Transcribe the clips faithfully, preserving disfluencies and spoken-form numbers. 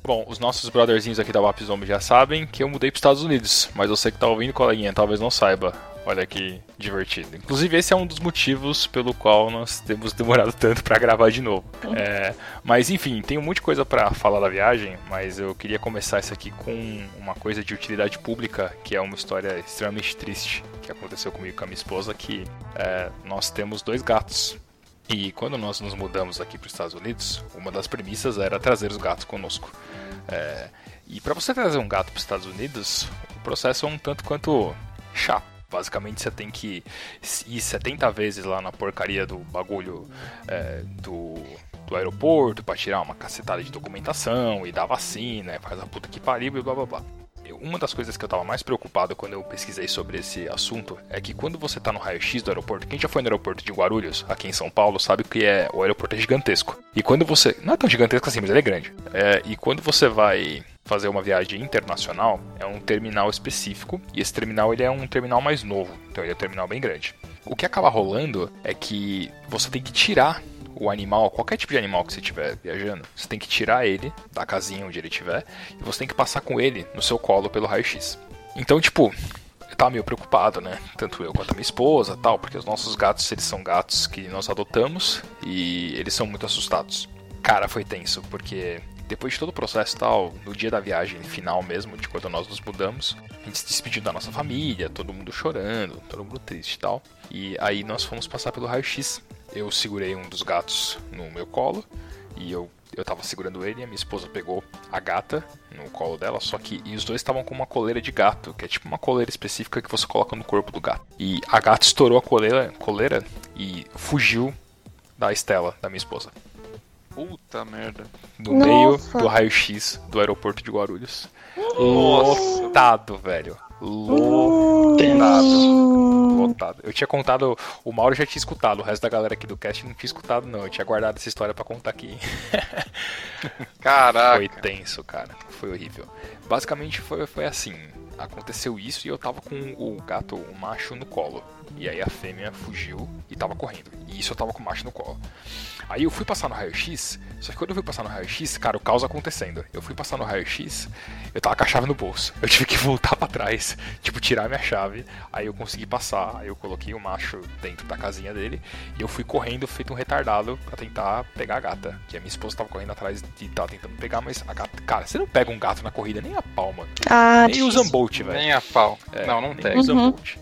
Bom, os nossos brotherzinhos aqui da W A P Zombie já sabem que eu mudei para os Estados Unidos, mas você que tá ouvindo, coleguinha, talvez não saiba. Olha que divertido. Inclusive, esse é um dos motivos pelo qual nós temos demorado tanto para gravar de novo. É, mas, enfim, tem um monte de coisa para falar da viagem, mas eu queria começar isso aqui com uma coisa de utilidade pública, que é uma história extremamente triste que aconteceu comigo e com a minha esposa, que é, nós temos dois gatos. E quando nós nos mudamos aqui para os Estados Unidos, uma das premissas era trazer os gatos conosco. É, e para você trazer um gato para os Estados Unidos, o processo é um tanto quanto chato. Basicamente você tem que ir setenta vezes lá na porcaria do bagulho é, do, do aeroporto para tirar uma cacetada de documentação e dar vacina, faz a puta que pariu e blá blá blá. Uma das coisas que eu tava mais preocupado quando eu pesquisei sobre esse assunto é que quando você tá no raio-x do aeroporto, quem já foi no aeroporto de Guarulhos, aqui em São Paulo, sabe que é, o aeroporto é gigantesco. E quando você... Não é tão gigantesco assim, mas ele é grande. É, e quando você vai fazer uma viagem internacional, é um terminal específico, e esse terminal ele é um terminal mais novo, então ele é um terminal bem grande. O que acaba rolando é que você tem que tirar o animal, qualquer tipo de animal que você estiver viajando, você tem que tirar ele da casinha onde ele estiver e você tem que passar com ele no seu colo pelo raio-x. Então, tipo, eu tava meio preocupado, né? Tanto eu quanto a minha esposa, tal, porque os nossos gatos, eles são gatos que nós adotamos e eles são muito assustados. Cara, foi tenso, porque depois de todo o processo e tal, no dia da viagem final mesmo, de quando nós nos mudamos, a gente se despediu da nossa família, todo mundo chorando, todo mundo triste e tal. E aí nós fomos passar pelo raio-x. Eu segurei um dos gatos no meu colo e eu, eu tava segurando ele e a minha esposa pegou a gata no colo dela, só que e os dois estavam com uma coleira de gato, que é tipo uma coleira específica que você coloca no corpo do gato. E a gata estourou a coleira, coleira e fugiu da Estela, da minha esposa. Puta merda. No Nossa. meio do raio-x do aeroporto de Guarulhos. Nossa. Lotado, velho. Lotado. Lotado. Eu tinha contado, o Mauro já tinha escutado, o resto da galera aqui do cast não tinha escutado não, eu tinha guardado essa história pra contar aqui. Caraca. Foi tenso, cara, foi horrível. Basicamente foi, foi assim, aconteceu isso e eu tava com o gato, o macho no colo. E aí a fêmea fugiu e tava correndo. E isso eu tava com o macho no colo. Aí eu fui passar no raio-x, só que quando eu fui passar no raio-x, cara, o caos acontecendo. Eu fui passar no raio-x, eu tava com a chave no bolso. Eu tive que voltar pra trás, tipo, tirar minha chave. Aí eu consegui passar, aí eu coloquei o macho dentro da casinha dele. E eu fui correndo, feito um retardado, pra tentar pegar a gata. Que a minha esposa tava correndo atrás e tava tentando pegar, mas a gata... Cara, você não pega um gato na corrida nem a pau, mano. Ah, nem o Zambolt, velho. Nem a pau. É, não, não nem tem. o Zambolt.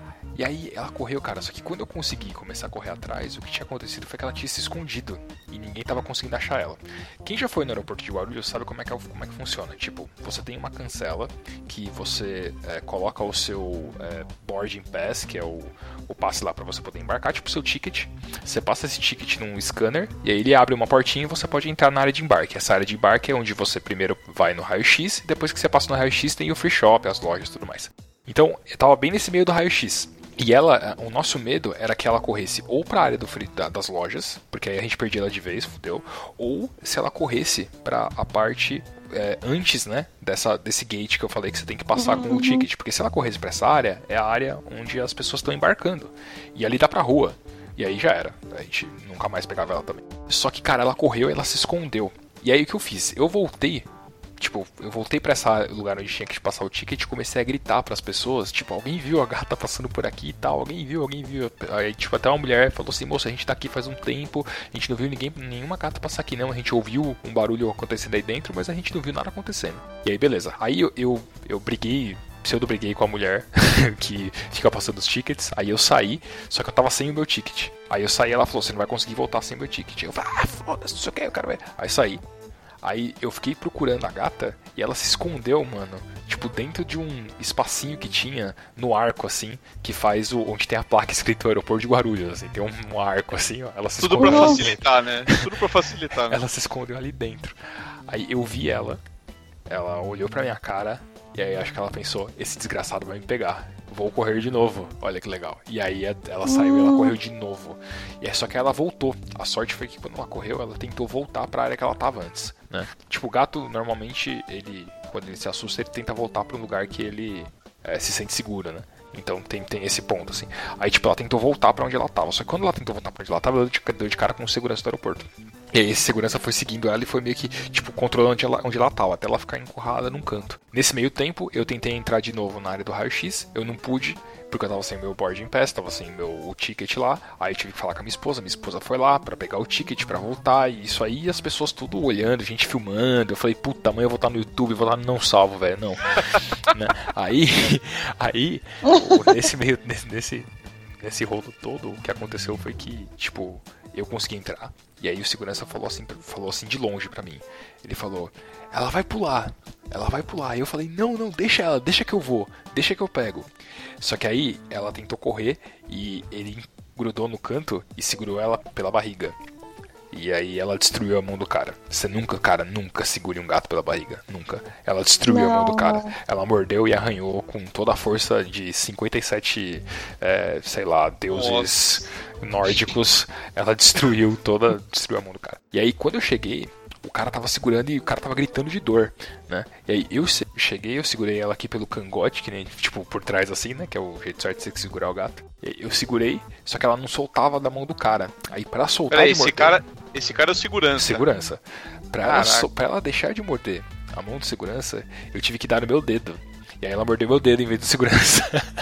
E aí ela correu, cara, só que quando eu consegui começar a correr atrás, o que tinha acontecido foi que ela tinha se escondido e ninguém tava conseguindo achar ela. Quem já foi no aeroporto de Guarulhos sabe como é que, é, como é que funciona. Tipo, você tem uma cancela que você é, coloca o seu é, boarding pass, que é o, o passe lá pra você poder embarcar, tipo o seu ticket. Você passa esse ticket num scanner e aí ele abre uma portinha e você pode entrar na área de embarque. Essa área de embarque é onde você primeiro vai no raio-x e depois que você passa no raio-x tem o free shop, as lojas e tudo mais. Então, eu tava bem nesse meio do raio-x. E ela, o nosso medo era que ela corresse ou pra área do free, da, das lojas, porque aí a gente perdia ela de vez, fudeu, ou se ela corresse pra a parte é, antes, né, dessa, desse gate que eu falei que você tem que passar uhum, com o ticket, porque se ela corresse pra essa área, é a área onde as pessoas estão embarcando, e ali dá pra rua, e aí já era, a gente nunca mais pegava ela também. Só que, cara, ela correu e ela se escondeu, e aí o que eu fiz? Eu voltei. Tipo, eu voltei pra esse lugar onde tinha que passar o ticket e comecei a gritar pras pessoas, tipo, alguém viu a gata passando por aqui e tal, alguém viu, alguém viu. Aí, tipo, até uma mulher falou assim, moça, a gente tá aqui faz um tempo, a gente não viu ninguém, nenhuma gata passar aqui não, a gente ouviu um barulho acontecendo aí dentro, mas a gente não viu nada acontecendo. E aí, beleza. Aí eu, eu, eu briguei, pseudo-briguei com a mulher que fica passando os tickets, aí eu saí, só que eu tava sem o meu ticket. Aí eu saí, ela falou, você não vai conseguir voltar sem o meu ticket. Eu falei, ah, foda-se, não sei o que, eu quero ver. Aí saí. Aí eu fiquei procurando a gata e ela se escondeu, mano. Tipo, dentro de um espacinho que tinha no arco, assim, que faz o. Onde tem a placa escrito aeroporto de Guarulhos, assim. Tem um, um arco assim, ó. Ela se Tudo escondeu. pra facilitar, né? Tudo pra facilitar, né? Ela se escondeu ali dentro. Aí eu vi ela, ela olhou pra minha cara, e aí acho que ela pensou, esse desgraçado vai me pegar. Vou correr de novo, olha que legal. E aí ela saiu e ela correu de novo. E é só que ela voltou. A sorte foi que quando ela correu, ela tentou voltar pra área que ela tava antes, né? Tipo, o gato, normalmente, ele quando ele se assusta, ele tenta voltar pra um lugar que ele é, se sente seguro, né? Então tem, tem esse ponto, assim. Aí, tipo, ela tentou voltar pra onde ela tava. Só que quando ela tentou voltar pra onde ela tava, ela deu de cara com o segurança do aeroporto. E aí esse segurança foi seguindo ela e foi meio que, tipo, controlando onde ela, onde ela tava, até ela ficar encurralada num canto. Nesse meio tempo, eu tentei entrar de novo na área do raio-x, eu não pude, porque eu tava sem meu boarding pass, tava sem meu o ticket lá. Aí eu tive que falar com a minha esposa, minha esposa foi lá pra pegar o ticket, pra voltar, e isso aí, as pessoas tudo olhando, gente filmando. Eu falei, puta, amanhã eu vou estar no YouTube, vou lá, não salvo, velho, não. Né? Aí, aí, nesse meio, nesse, nesse, nesse rolo todo, o que aconteceu foi que, tipo, eu consegui entrar. E aí o segurança falou assim, falou assim de longe pra mim. Ele falou, ela vai pular, ela vai pular. E eu falei, não, não, deixa ela, deixa que eu vou, deixa que eu pego. Só que aí ela tentou correr e ele grudou no canto e segurou ela pela barriga. E aí ela destruiu a mão do cara. Você nunca, cara, nunca segure um gato pela barriga. Nunca. Ela destruiu não. a mão do cara. Ela mordeu e arranhou com toda a força de cinquenta e sete, é, sei lá, deuses Nossa. nórdicos. Ela destruiu toda, destruiu a mão do cara. E aí quando eu cheguei, o cara tava segurando e o cara tava gritando de dor, né? E aí eu cheguei, eu segurei ela aqui pelo cangote, que nem, tipo, por trás assim, né? Que é o jeito certo de você segurar o gato. E aí eu segurei, só que ela não soltava da mão do cara. Aí pra soltar Peraí, de morder... esse cara, esse cara é o segurança. Segurança. Pra ela, so, pra ela deixar de morder a mão do segurança, eu tive que dar no meu dedo. E aí ela mordeu meu dedo em vez do segurança.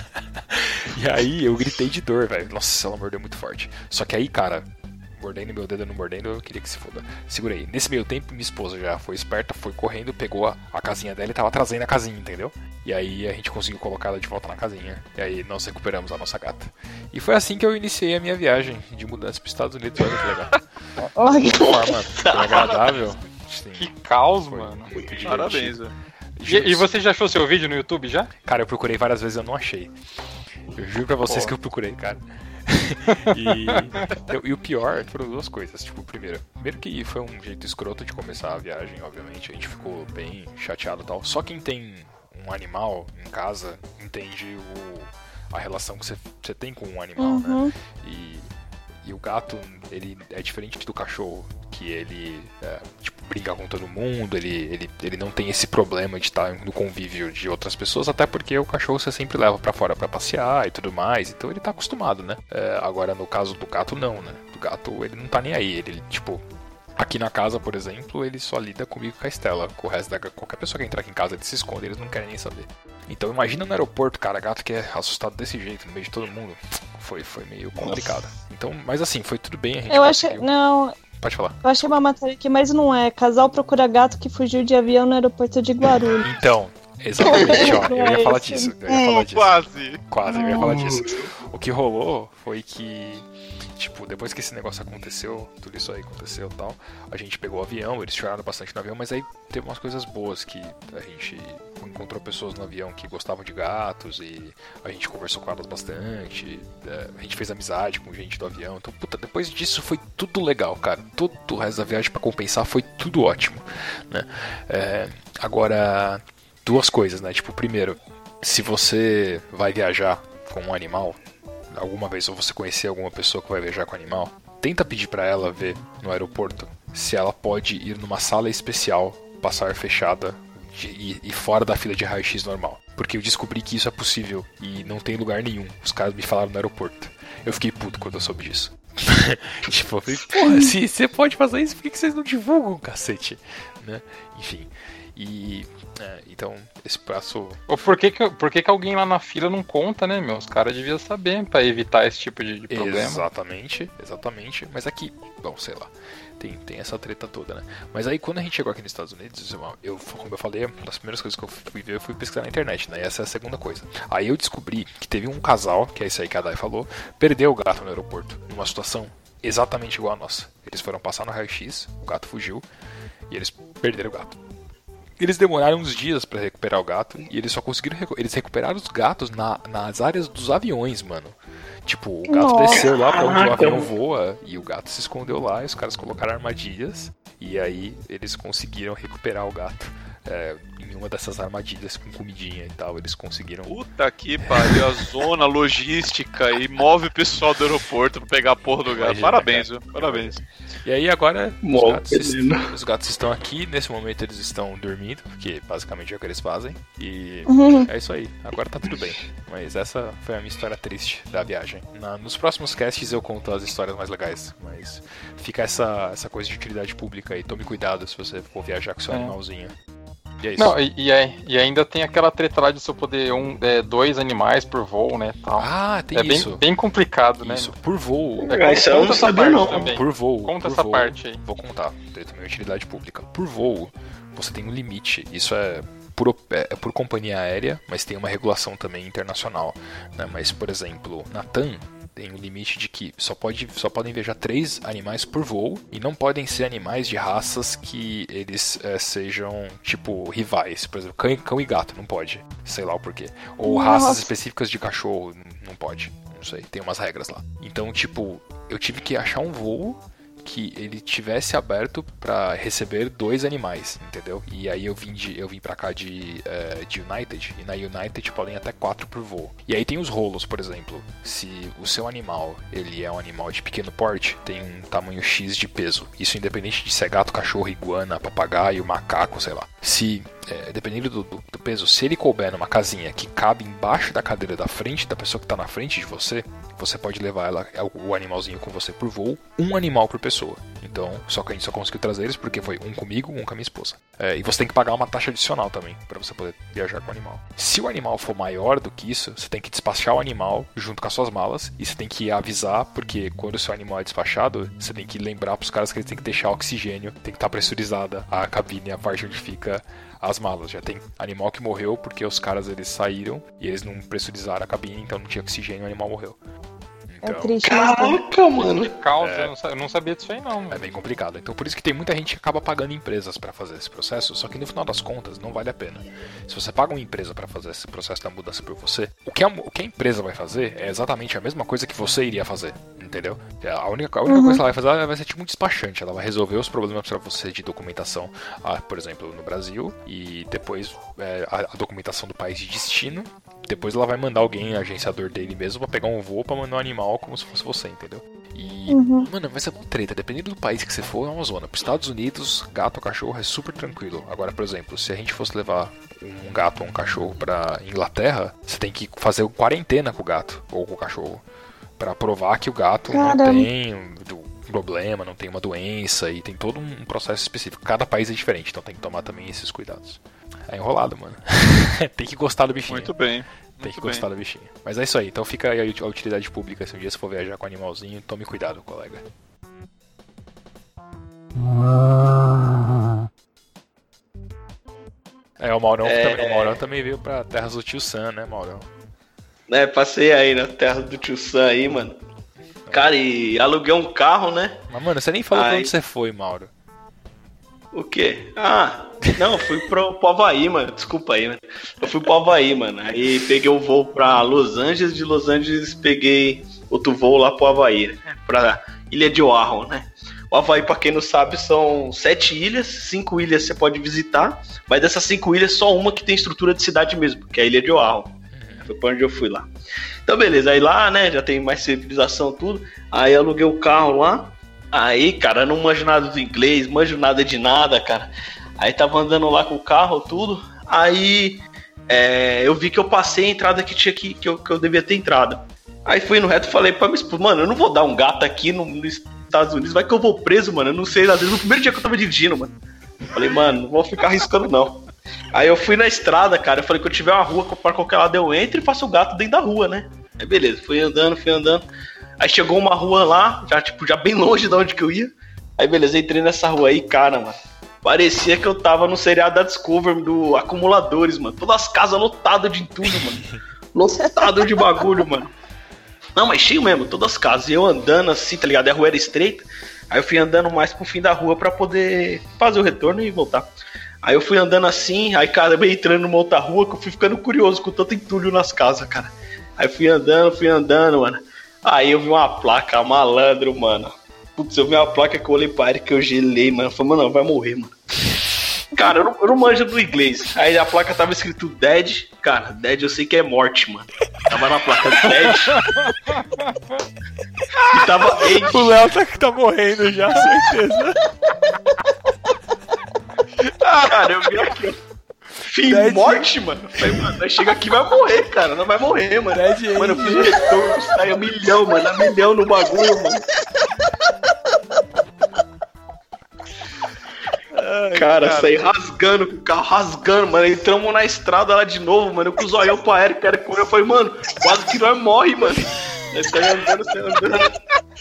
E aí eu gritei de dor, velho. Nossa, ela mordeu muito forte. Só que aí, cara... mordendo meu dedo, não mordendo, eu queria que se foda. Segurei. Nesse meio tempo, minha esposa já foi esperta, foi correndo, pegou a, a casinha dela e tava trazendo a casinha, entendeu? E aí a gente conseguiu colocar ela de volta na casinha. E aí nós recuperamos a nossa gata. E foi assim que eu iniciei a minha viagem de mudança para os Estados Unidos. Olha que legal. De forma bem agradável. Sim. Que caos, foi mano. Muito parabéns, velho. E, e você já achou seu vídeo no YouTube já? Cara, eu procurei várias vezes e eu não achei. Eu juro pra vocês Pô. que eu procurei, cara. e, então, e o pior foram duas coisas. Tipo, primeiro, primeiro que foi um jeito escroto de começar a viagem, obviamente. A gente ficou bem chateado e tal. Só quem tem um animal em casa entende o, a relação que você tem com um animal, uhum. né? E, e o gato, ele é diferente do cachorro, que ele é, tipo, brinca com todo mundo, ele, ele, ele não tem esse problema de estar no convívio de outras pessoas, até porque o cachorro você sempre leva pra fora pra passear e tudo mais, então ele tá acostumado, né? É, agora, no caso do gato, não, né? Do gato, ele não tá nem aí, ele, tipo... Aqui na casa, por exemplo, ele só lida comigo com a Estela. Com o resto da... Qualquer pessoa que entrar aqui em casa, ele se esconde, eles não querem nem saber. Então imagina no aeroporto, cara, gato que é assustado desse jeito, no meio de todo mundo. Foi, foi meio complicado. Nossa. Então, mas assim, foi tudo bem, a gente Eu achei... Não... Pode falar. Eu achei uma matéria aqui, mas não é. Casal procura gato que fugiu de avião no aeroporto de Guarulhos. Então... Exatamente, ó, eu ia falar disso. Eu ia falar disso. Quase. Quase, eu ia falar disso. O que rolou foi que, tipo, depois que esse negócio aconteceu, tudo isso aí aconteceu e tal, a gente pegou o avião, eles choraram bastante no avião, mas aí teve umas coisas boas que a gente encontrou pessoas no avião que gostavam de gatos e a gente conversou com elas bastante, a gente fez amizade com gente do avião, então, puta, depois disso foi tudo legal, cara. Todo o resto da viagem pra compensar foi tudo ótimo, né? É, agora... Duas coisas, né? Tipo, primeiro, se você vai viajar com um animal, alguma vez, ou você conhecer alguma pessoa que vai viajar com animal, tenta pedir pra ela ver no aeroporto se ela pode ir numa sala especial, passar fechada de, e, e fora da fila de raio-x normal. Porque eu descobri que isso é possível e não tem lugar nenhum. Os caras me falaram no aeroporto. Eu fiquei puto quando eu soube disso. Tipo, eu falei, porra, se você pode fazer isso, por que vocês não divulgam, cacete? Né? Enfim. E, é, então, esse passo... Ou por que que, por que que alguém lá na fila não conta, né, meu? Os caras deviam saber pra evitar esse tipo de, de problema. Exatamente, exatamente. Mas aqui, bom, sei lá, tem, tem essa treta toda, né? Mas aí, quando a gente chegou aqui nos Estados Unidos, eu, como eu falei, uma das primeiras coisas que eu fui ver, eu fui pesquisar na internet, né? E essa é a segunda coisa. Aí eu descobri que teve um casal, que é esse aí que a Dai falou, perdeu o gato no aeroporto, numa situação exatamente igual a nossa. Eles foram passar no raio-x, o gato fugiu, e eles perderam o gato. Eles demoraram uns dias pra recuperar o gato e eles só conseguiram recu- eles recuperaram os gatos na, nas áreas dos aviões, mano. Tipo, o gato Nossa. desceu lá pra onde o avião voa e o gato se escondeu lá e os caras colocaram armadilhas e aí eles conseguiram recuperar o gato é, em uma dessas armadilhas com comidinha e tal, eles conseguiram... Puta que pariu, a zona logística e move o pessoal do aeroporto pra pegar a porra do gato. Imagina, Parabéns, cara. viu? Parabéns. E aí agora os Mó gatos, veneno. os gatos estão aqui, nesse momento eles estão dormindo, porque basicamente é o que eles fazem, e Uhum. é isso aí, agora tá tudo bem. Mas essa foi a minha história triste da viagem. Na- nos próximos casts eu conto as histórias mais legais, mas fica essa, essa coisa de utilidade pública aí, tome cuidado se você for viajar com seu É. animalzinho. E é isso. Não, e, e, aí- e ainda tem aquela treta lá de você poder um, é, dois animais por voo, né, tal. Ah, tem é bem, isso. bem complicado, Isso, né? por voo. É, Ah, isso eu não conta essa sabia, parte não. também. Por voo. Conta por essa voo, parte aí. Vou contar. Tem também utilidade pública. Por voo, você tem um limite. Isso é por, op- é por companhia aérea, mas tem uma regulação também internacional. Né? Mas, por exemplo, na TAM tem um limite de que só, pode, só podem viajar três animais por voo e não podem ser animais de raças que eles é, sejam, tipo, rivais. Por exemplo, cão, e- cão e gato, não pode. Sei lá o porquê. Ou Nossa. raças específicas de cachorro, n- não pode. Não sei, tem umas regras lá. Então, tipo, eu tive que achar um voo que ele tivesse aberto pra receber dois animais, entendeu? E aí eu vim de, eu vim para cá de, eh, de United, e na United podem até quatro por voo. E aí tem os rolos, por exemplo. Se o seu animal ele é um animal de pequeno porte, tem um tamanho X de peso. Isso independente de se é gato, cachorro, iguana, papagaio, macaco, sei lá. Se é, dependendo do, do- do peso, se ele couber numa casinha que cabe embaixo da cadeira da frente da pessoa que está na frente de você, você pode levar ela, o animalzinho com você por voo, um animal por pessoa. Então, só que a gente só conseguiu trazer eles porque foi um comigo, um com a minha esposa. É, e você tem que pagar uma taxa adicional também para você poder viajar com o animal. Se o animal for maior do que isso, você tem que despachar o animal junto com as suas malas e você tem que avisar, porque quando o seu animal é despachado, você tem que lembrar pros caras que eles têm que deixar oxigênio, tem que estar pressurizada a cabine, a parte onde fica as malas. Já tem animal que morreu porque os caras eles saíram e eles não pressurizaram a cabine, então não tinha oxigênio e o animal morreu. É Então, triste, mas tem. Caraca, mano. Causa, É. eu, não sa- eu não sabia disso aí não. é mano. bem complicado. Então por isso que tem muita gente que acaba pagando empresas para fazer esse processo, só que no final das contas não vale a pena. Se você paga uma empresa para fazer esse processo da mudança por você, o que, a, o que a empresa vai fazer é exatamente a mesma coisa que você iria fazer, entendeu? A única, a única coisa que ela vai fazer ela vai ser tipo um despachante, ela vai resolver os problemas para você de documentação, ah, por exemplo, no Brasil, e depois é, a, a documentação do país de destino. Depois ela vai mandar alguém, agenciador dele mesmo, pra pegar um voo pra mandar um animal como se fosse você, entendeu? E, Uhum. mano, vai ser uma treta. Dependendo do país que você for, é uma zona. Pros Estados Unidos, gato ou cachorro é super tranquilo. Agora, por exemplo, se a gente fosse levar um gato ou um cachorro pra Inglaterra, você tem que fazer quarentena com o gato ou com o cachorro. Pra provar que o gato Caramba. não tem um problema, não tem uma doença e tem todo um processo específico. Cada país é diferente, então tem que tomar também esses cuidados. É enrolado, mano. Tem que gostar do bichinho. Muito bem. Tem que Muito gostar do bichinho. Mas é isso aí, então fica aí a utilidade pública. Se um dia você for viajar com animalzinho, tome cuidado, colega. É, o Maurão, É. Também, o Maurão também veio pra terras do tio Sam, né, Maurão? Né, passei aí na terra do tio Sam aí, mano. Cara, e aluguei um carro, né? Mas, mano, você nem falou pra Ai. onde você foi, Mauro. O quê? Ah, não, eu fui pro, pro Havaí, mano. Desculpa aí, mano. Eu fui pro Havaí, mano. Aí peguei um voo pra Los Angeles, de Los Angeles peguei outro voo lá pro Havaí, né? Pra Ilha de Oahu, né? O Havaí, pra quem não sabe, são sete ilhas, cinco ilhas você pode visitar, mas dessas cinco ilhas, só uma que tem estrutura de cidade mesmo, que é a Ilha de Oahu. Foi pra onde eu fui lá. Então, beleza, aí lá, né, já tem mais civilização, tudo. Aí eu aluguei o carro lá. Aí, cara, eu não manjo nada do inglês, manjo nada de nada, cara. Aí tava andando lá com o carro, tudo. Aí é, eu vi que eu passei a entrada que tinha que, que, eu, que eu devia ter entrado. Aí fui no reto e falei pra minha esposa, mano, eu não vou dar um gato aqui no, nos Estados Unidos, vai que eu vou preso, mano. Eu não sei, às vezes no primeiro dia que eu tava dirigindo, mano. Falei, mano, não vou ficar arriscando, não. Aí eu fui na estrada, cara, eu falei que eu tiver uma rua pra qualquer lado eu entro e faço o gato dentro da rua, né? Aí beleza, fui andando, fui andando. Aí chegou uma rua lá, já tipo, já bem longe de onde que eu ia. Aí beleza, entrei nessa rua aí, cara, mano. Parecia que eu tava no seriado da Discovery do Acumuladores, mano. Todas as casas lotadas de tudo, mano. Lotado de bagulho, mano. Não, mas cheio mesmo, todas as casas. E eu andando assim, tá ligado? A rua era estreita. Aí eu fui andando mais pro fim da rua pra poder fazer o retorno e voltar. Aí eu fui andando assim, aí cara, eu entrando numa outra rua que eu fui ficando curioso com tanto entulho nas casas, cara. Aí fui andando, fui andando, mano. Aí eu vi uma placa, malandro, mano. Putz, eu vi uma placa que eu olhei pra ele que eu gelei, mano. Eu falei, mano, não, vai morrer, mano. Cara, eu não, eu não manjo do inglês. Aí a placa tava escrito dead. Cara, dead eu sei que é morte, mano. Tava na placa dead. E tava age. O Léo tá, tá morrendo já, certeza. Cara, eu vi aqui, ó. Fim, Dead. morte, mano. Eu falei, mano, nós chega aqui e vai morrer, cara. Não vai morrer, mano. Dead Mano, eu fiz um retorno, saiu um milhão, mano. Um milhão no bagulho, mano. Ai, Cara, saí rasgando, com o carro rasgando, mano. Entramos na estrada lá de novo, mano. Eu com o zoião pro aéreo, que era com eu falei, mano, quase que nós morre, mano. Nós saímos andando, saímos andando.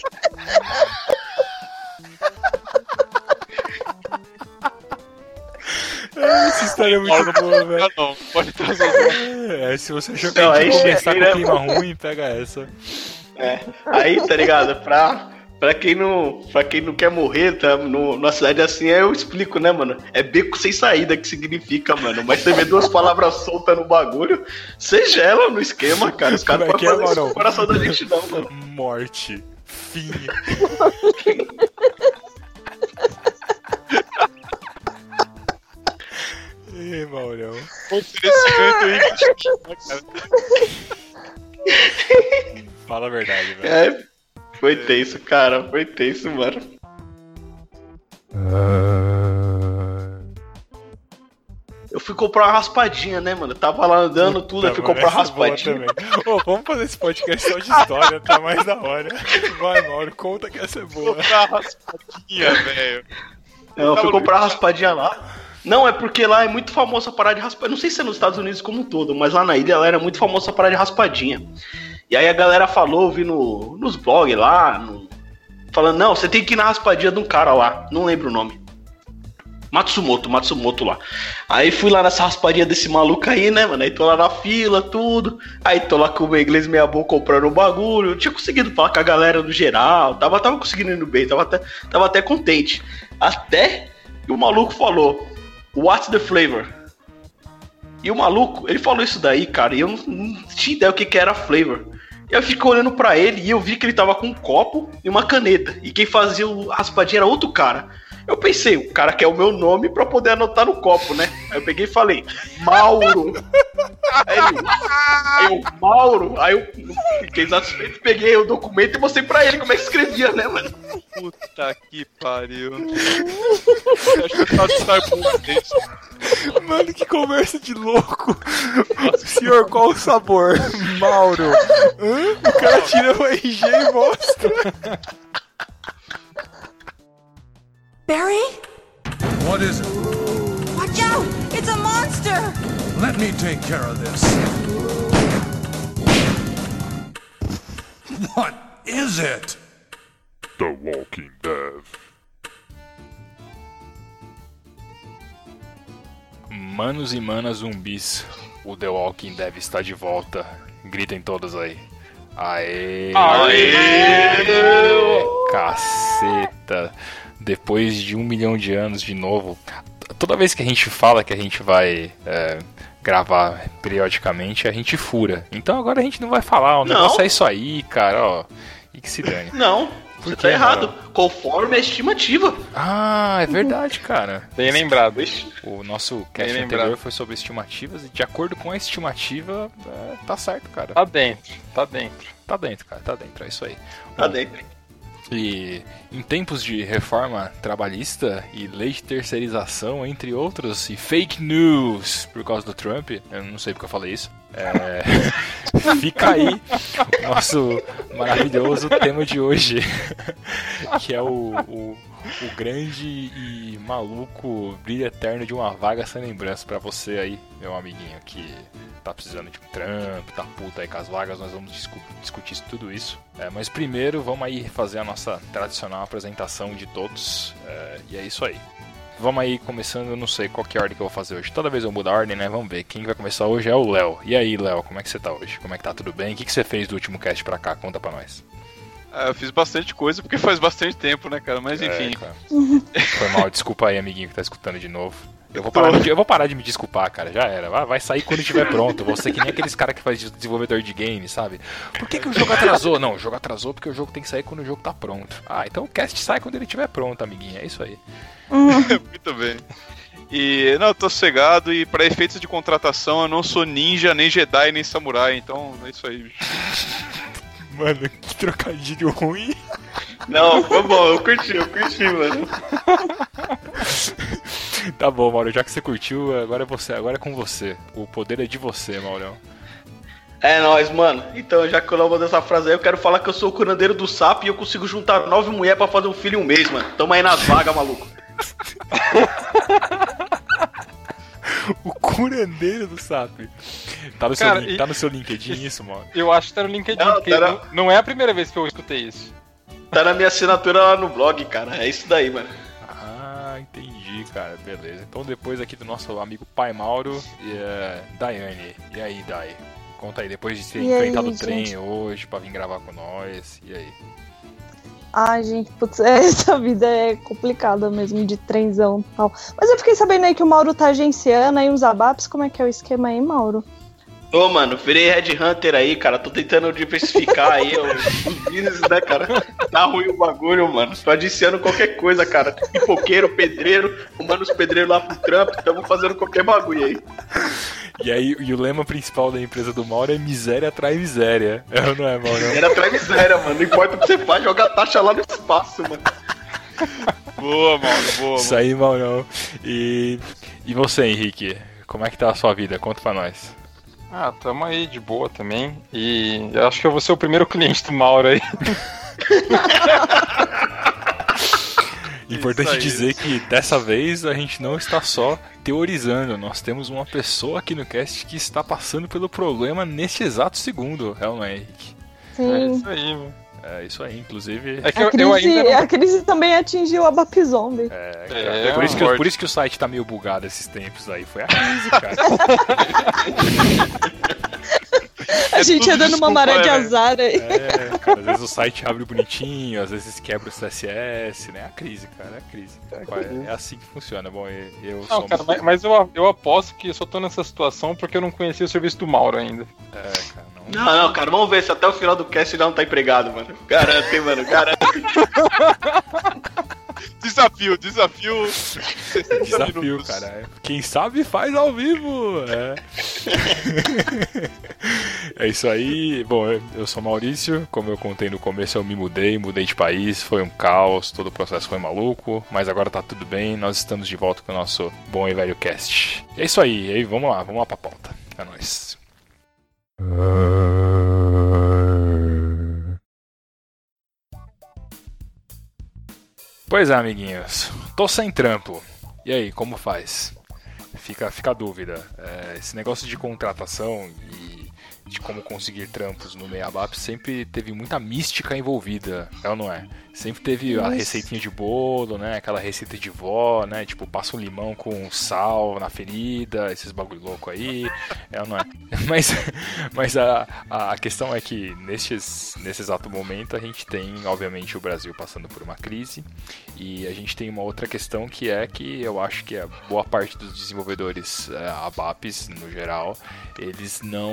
Essa história é muito boa, velho. Não, pode trazer. É, se você achou que Não, a gente aí ia começar cheguei, com né, clima ruim, pega essa. É. Aí, tá ligado? Pra, pra, quem não, pra quem não quer morrer, tá? No, numa cidade assim, eu explico, né, mano? É beco sem saída que significa, mano. Mas você vê duas palavras soltas no bagulho, você gela no esquema, cara. Os caras Como é que podem é, fazer isso Maurão? no coração da gente, não, mano. Morte. Fim. Ih, Maurão. Oferecimento aí, cara. Fala a verdade, velho. É, foi tenso, cara. Foi tenso, mano. Eu fui comprar uma raspadinha, né, mano? Eu tava lá andando, tudo, eu fui Puta, comprar mano, essa é boa raspadinha. também. Ô, vamos fazer esse podcast só de história, tá mais da hora. Vai, Mauro, conta que essa é boa. Comprar raspadinha, velho. Não, eu fui comprar uma raspadinha lá. Não, é porque lá é muito famosa a parada de raspadinha. Não sei se é nos Estados Unidos como um todo, mas lá na ilha ela era muito famosa a parada de raspadinha. E aí a galera falou, vi no, nos blogs lá, no, falando, não, você tem que ir na raspadinha de um cara lá, não lembro o nome. Matsumoto, Matsumoto lá. Aí fui lá nessa raspadinha desse maluco aí, né, mano? Aí tô lá na fila, tudo. Aí tô lá com o meu inglês meia boca comprando o bagulho. Eu tinha conseguido falar com a galera no geral. Tava, tava conseguindo ir bem, tava até, tava até contente. Até que o maluco falou, what's the flavor? E o maluco, ele falou isso daí, cara, e eu não, não tinha ideia o que, que era flavor. E eu fiquei olhando pra ele e eu vi que ele tava com um copo e uma caneta. E quem fazia o raspadinha era outro cara. Eu pensei, o cara quer o meu nome pra poder anotar no copo, né? Aí eu peguei e falei, Mauro. Aí ele, aí eu, Mauro. Aí eu fiquei satisfeito, peguei o documento e mostrei pra ele como é que escrevia, né, mano? Puta que pariu. Acho que eu tava de Starbucks desse. Mano, que conversa de louco. Senhor, qual o sabor? Mauro. Hã? O cara tira o R G e mostra. Barry? What is it? Watch out! It's a monster! Let me take care of this. What is it? The Walking Dead. Manos e manas zumbis, o The Walking Dead está de volta. Gritem todos aí. Aê! Aê! Caceta! Depois de um milhão de anos de novo. Toda vez que a gente fala que a gente vai é, gravar periodicamente, a gente fura. Então agora a gente não vai falar, o Não. negócio é isso aí, cara, ó. E que se dane. Não, Por você quê, tá errado. mano? Conforme a estimativa. Ah, é verdade, cara. Bem lembrado. O nosso cast Bem anterior lembrado. foi sobre estimativas e de acordo com a estimativa, é, tá certo, cara. Tá dentro, tá dentro. Tá dentro, cara, tá dentro, é isso aí. Tá Bom, dentro. E em tempos de reforma trabalhista e lei de terceirização, entre outros, e fake news por causa do Trump, eu não sei porque eu falei isso, é... fica aí o nosso maravilhoso tema de hoje, que é o, o, o grande e maluco brilho eterno de uma vaga sem lembrança pra você aí, meu amiguinho, que tá precisando de um trampo, tá puta aí com as vagas, nós vamos discu- discutir tudo isso. É, mas primeiro vamos aí fazer a nossa tradicional apresentação de todos, é, e é isso aí. Vamos aí começando, eu não sei qual que é a ordem que eu vou fazer hoje. Toda vez eu mudo a ordem, né? Vamos ver. Quem vai começar hoje é o Léo. E aí, Léo, como é que você tá hoje? Como é que tá? Tudo bem? O que, que você fez do último cast pra cá? Conta pra nós. Ah, eu fiz bastante coisa porque faz bastante tempo, né, cara? Mas enfim. É, cara. Foi mal, desculpa aí, amiguinho que tá escutando de novo. Eu vou parar de, eu vou parar de me desculpar, cara. Já era. Vai, vai sair quando estiver pronto. Você que nem aqueles caras que faz de desenvolvedor de game, sabe? Por que, que o jogo atrasou? Não, o jogo atrasou porque o jogo tem que sair quando o jogo tá pronto. Ah, então o cast sai quando ele estiver pronto, amiguinho. É isso aí. Muito bem. E, não, eu tô sossegado e pra efeitos de contratação eu não sou ninja, nem Jedi, nem samurai, então é isso aí, bicho. Mano, que trocadilho ruim. Não, foi bom, eu curti, eu curti, mano. Tá bom, Mauro, já que você curtiu, agora é você, agora é com você. O poder é de você, Maurão. É nóis, mano. Então, já que eu não vou dessa frase aí, eu quero falar que eu sou o curandeiro do sapo e eu consigo juntar nove mulheres pra fazer um filho em um mês, mano. Tamo aí nas vagas, maluco. O curandeiro do S A P. Tá no, Cara, seu, link, e... tá no seu LinkedIn isso, mano? Eu acho que tá no LinkedIn, Não, porque tá na- não, não é a primeira vez que eu escutei isso. Tá na minha assinatura lá no blog, cara. É isso daí, mano. Ah, entendi, cara. Beleza. Então depois aqui do nosso amigo Pai Mauro e uh, Daiane. E aí, Dai? Conta aí, depois de ter E enfrentado aí, o trem gente? hoje pra vir gravar com nós. E aí? Ai, gente, putz, essa vida é complicada mesmo, de trenzão e tal. Mas eu fiquei sabendo aí que o Mauro tá agenciando aí uns abapes. Como é que é o esquema aí, Mauro? Ô, mano, virei Red Hunter aí, cara. Tô tentando diversificar aí os os business, né, cara? Tá ruim o bagulho, mano. Tô adiciando qualquer coisa, cara. Pipoqueiro, pedreiro, arrumando os pedreiros lá pro trampo. Tamo fazendo qualquer bagulho aí. E aí, e o lema principal da empresa do Mauro é miséria atrai miséria. É ou não é, Mauro? Era atrás miséria, mano. Não importa o que você faz, joga taxa lá no espaço, mano. Boa, Mauro, boa, Isso aí, Maurão. E, e você, Henrique? Como é que tá a sua vida? Conta pra nós. Ah, tamo aí de boa também. E eu acho que eu vou ser o primeiro cliente do Mauro aí. Importante aí. dizer que dessa vez a gente não está só teorizando, nós temos uma pessoa aqui no cast que está passando pelo problema neste exato segundo, é ou não é, Henrique? É Sim. isso aí, mano. É isso aí, inclusive. É que A eu, crise, eu ainda não... a crise também atingiu a Bap Zombie. É, cara, É, é por, isso que, forte. por isso que o site tá meio bugado esses tempos aí, foi a crise, cara. A gente tudo andando numa maré de desculpa, né? azar aí. É, cara, às vezes o site abre bonitinho, às vezes quebra o C S S, né? É a crise, cara, é a crise. É, é assim que funciona. Bom, eu, eu Não, sou. cara, mas, mas eu, eu aposto que eu só tô nessa situação porque eu não conhecia o serviço do Mauro ainda. É, cara, não. Não, não, cara. Vamos ver se até o final do cast ele não tá empregado, mano. Garanto, hein, mano. Garanto. Desafio, desafio. Desafio, cara. É, quem sabe faz ao vivo. É. É isso aí. Bom, eu- eu sou Maurício. Como eu contei no começo, eu me mudei, mudei de país. Foi um caos, todo o processo foi maluco. Mas agora tá tudo bem. Nós estamos de volta com o nosso bom e velho cast. É isso aí. E aí, vamos lá, vamos lá pra pauta. É nóis. Pois é, amiguinhos. Tô sem trampo. E aí, como faz? Fica, fica a dúvida. É, esse negócio de contratação e de como conseguir trampos no Meiabap sempre teve muita mística envolvida, é ou não é? Sempre teve a Isso. receitinha de bolo, né? Aquela receita de vó, né? Tipo, passa um limão com sal na ferida, esses bagulho louco aí, é ou não é? Mas, mas a, a questão é que nesses, nesse exato momento a gente tem, obviamente, o Brasil passando por uma crise e a gente tem uma outra questão que é que eu acho que a boa parte dos desenvolvedores é, ABAPs, no geral, eles não...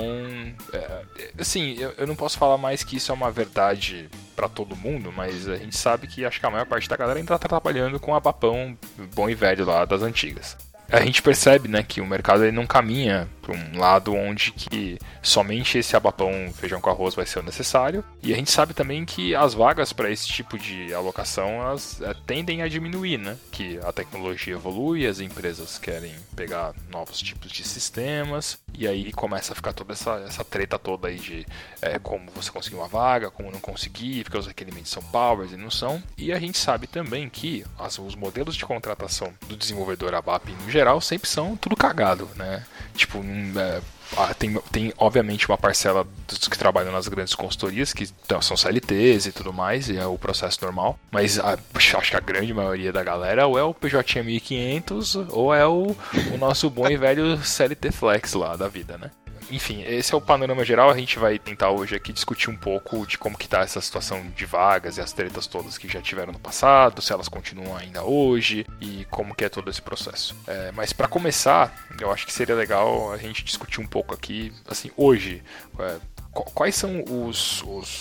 É, assim, eu, eu não posso falar mais que isso é uma verdade pra todo mundo, mas a gente sabe que acho que a maior parte da galera ainda tá trabalhando com abapão bom e velho lá das antigas. A gente percebe, né, que o mercado ele não caminha para um lado onde que somente esse abapão feijão com arroz vai ser o necessário. E a gente sabe também que as vagas para esse tipo de alocação elas é, tendem a diminuir, né? Que a tecnologia evolui, as empresas querem pegar novos tipos de sistemas e aí começa a ficar toda essa, essa treta toda aí de é, como você conseguir uma vaga, como não conseguir, porque os requerimentos são powers e não são. E a gente sabe também que as, os modelos de contratação do desenvolvedor ABAP no geral sempre são tudo cagado, né? Tipo, um, é, tem, tem obviamente uma parcela dos que trabalham nas grandes consultorias que são C L Ts e tudo mais, e é o processo normal, mas a, acho que a grande maioria da galera ou é o P J mil e quinhentos ou é o, o nosso bom e velho C L T Flex lá da vida, né? Enfim, esse é o panorama geral. A gente vai tentar hoje aqui discutir um pouco de como que tá essa situação de vagas e as tretas todas que já tiveram no passado, se elas continuam ainda hoje e como que é todo esse processo. É, mas para começar, eu acho que seria legal a gente discutir um pouco aqui, assim, hoje, é, quais são os, os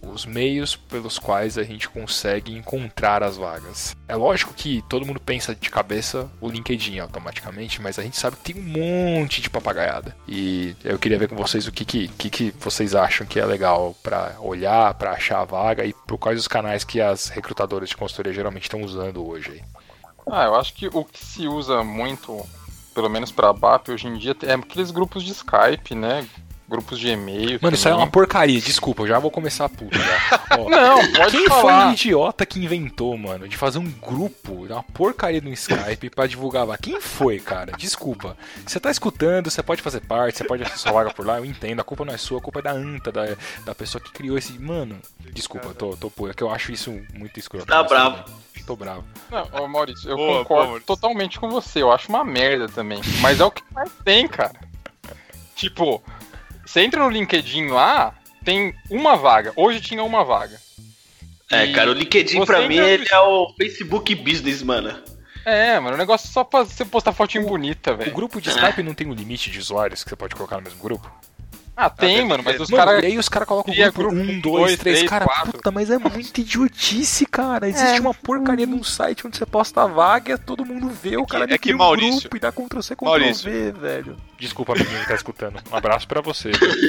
os meios pelos quais a gente consegue encontrar as vagas. É lógico que todo mundo pensa de cabeça o LinkedIn automaticamente, mas a gente sabe que tem um monte de papagaiada. E eu queria ver com vocês o que, que, que, que vocês acham que é legal para olhar, para achar a vaga e por quais os canais que as recrutadoras de consultoria geralmente estão usando hoje aí. Ah, eu acho que o que se usa muito, pelo menos pra A B A P hoje em dia, é aqueles grupos de Skype, né? Grupos de e-mail. Mano, isso aí é uma porcaria, desculpa, eu já vou começar a puta. Ó, não, pode quem falar. foi o idiota que inventou, mano, de fazer um grupo, uma porcaria no Skype pra divulgar vaga? Quem foi, cara? Desculpa. Você tá escutando, você pode fazer parte, você pode achar sua vaga por lá, eu entendo, a culpa não é sua, a culpa é da anta, da, da pessoa que criou esse... Mano, desculpa, eu tô, tô puro, é que eu acho isso muito escroto. Tá bravo. Tô bravo. Não, ô Maurício, eu Boa, concordo boa, Maurício. totalmente com você. Eu acho uma merda também. Mas é o que mais tem, cara. Tipo, você entra no LinkedIn lá, tem uma vaga. Hoje tinha uma vaga. É, E cara, o LinkedIn você pra entra mim no- ele é o Facebook Business, mano. É, mano, o negócio é só pra você postar fotinho bonita, O velho. grupo de Skype não tem um limite de usuários que você pode colocar no mesmo grupo? Ah, tem, deve mano, mas ter. os Mano, caras... e aí os caras colocam o cria grupo grupo um, um, dois, dois, três, três, cara, quatro. puta, mas é muita idiotice, cara. Existe É. uma porcaria num site onde você posta a vaga, todo mundo vê, o cara é que, cria um Maurício- grupo e dá Ctrl C, Ctrl Maurício. V, velho. Desculpa, menino que tá escutando. Um abraço pra você.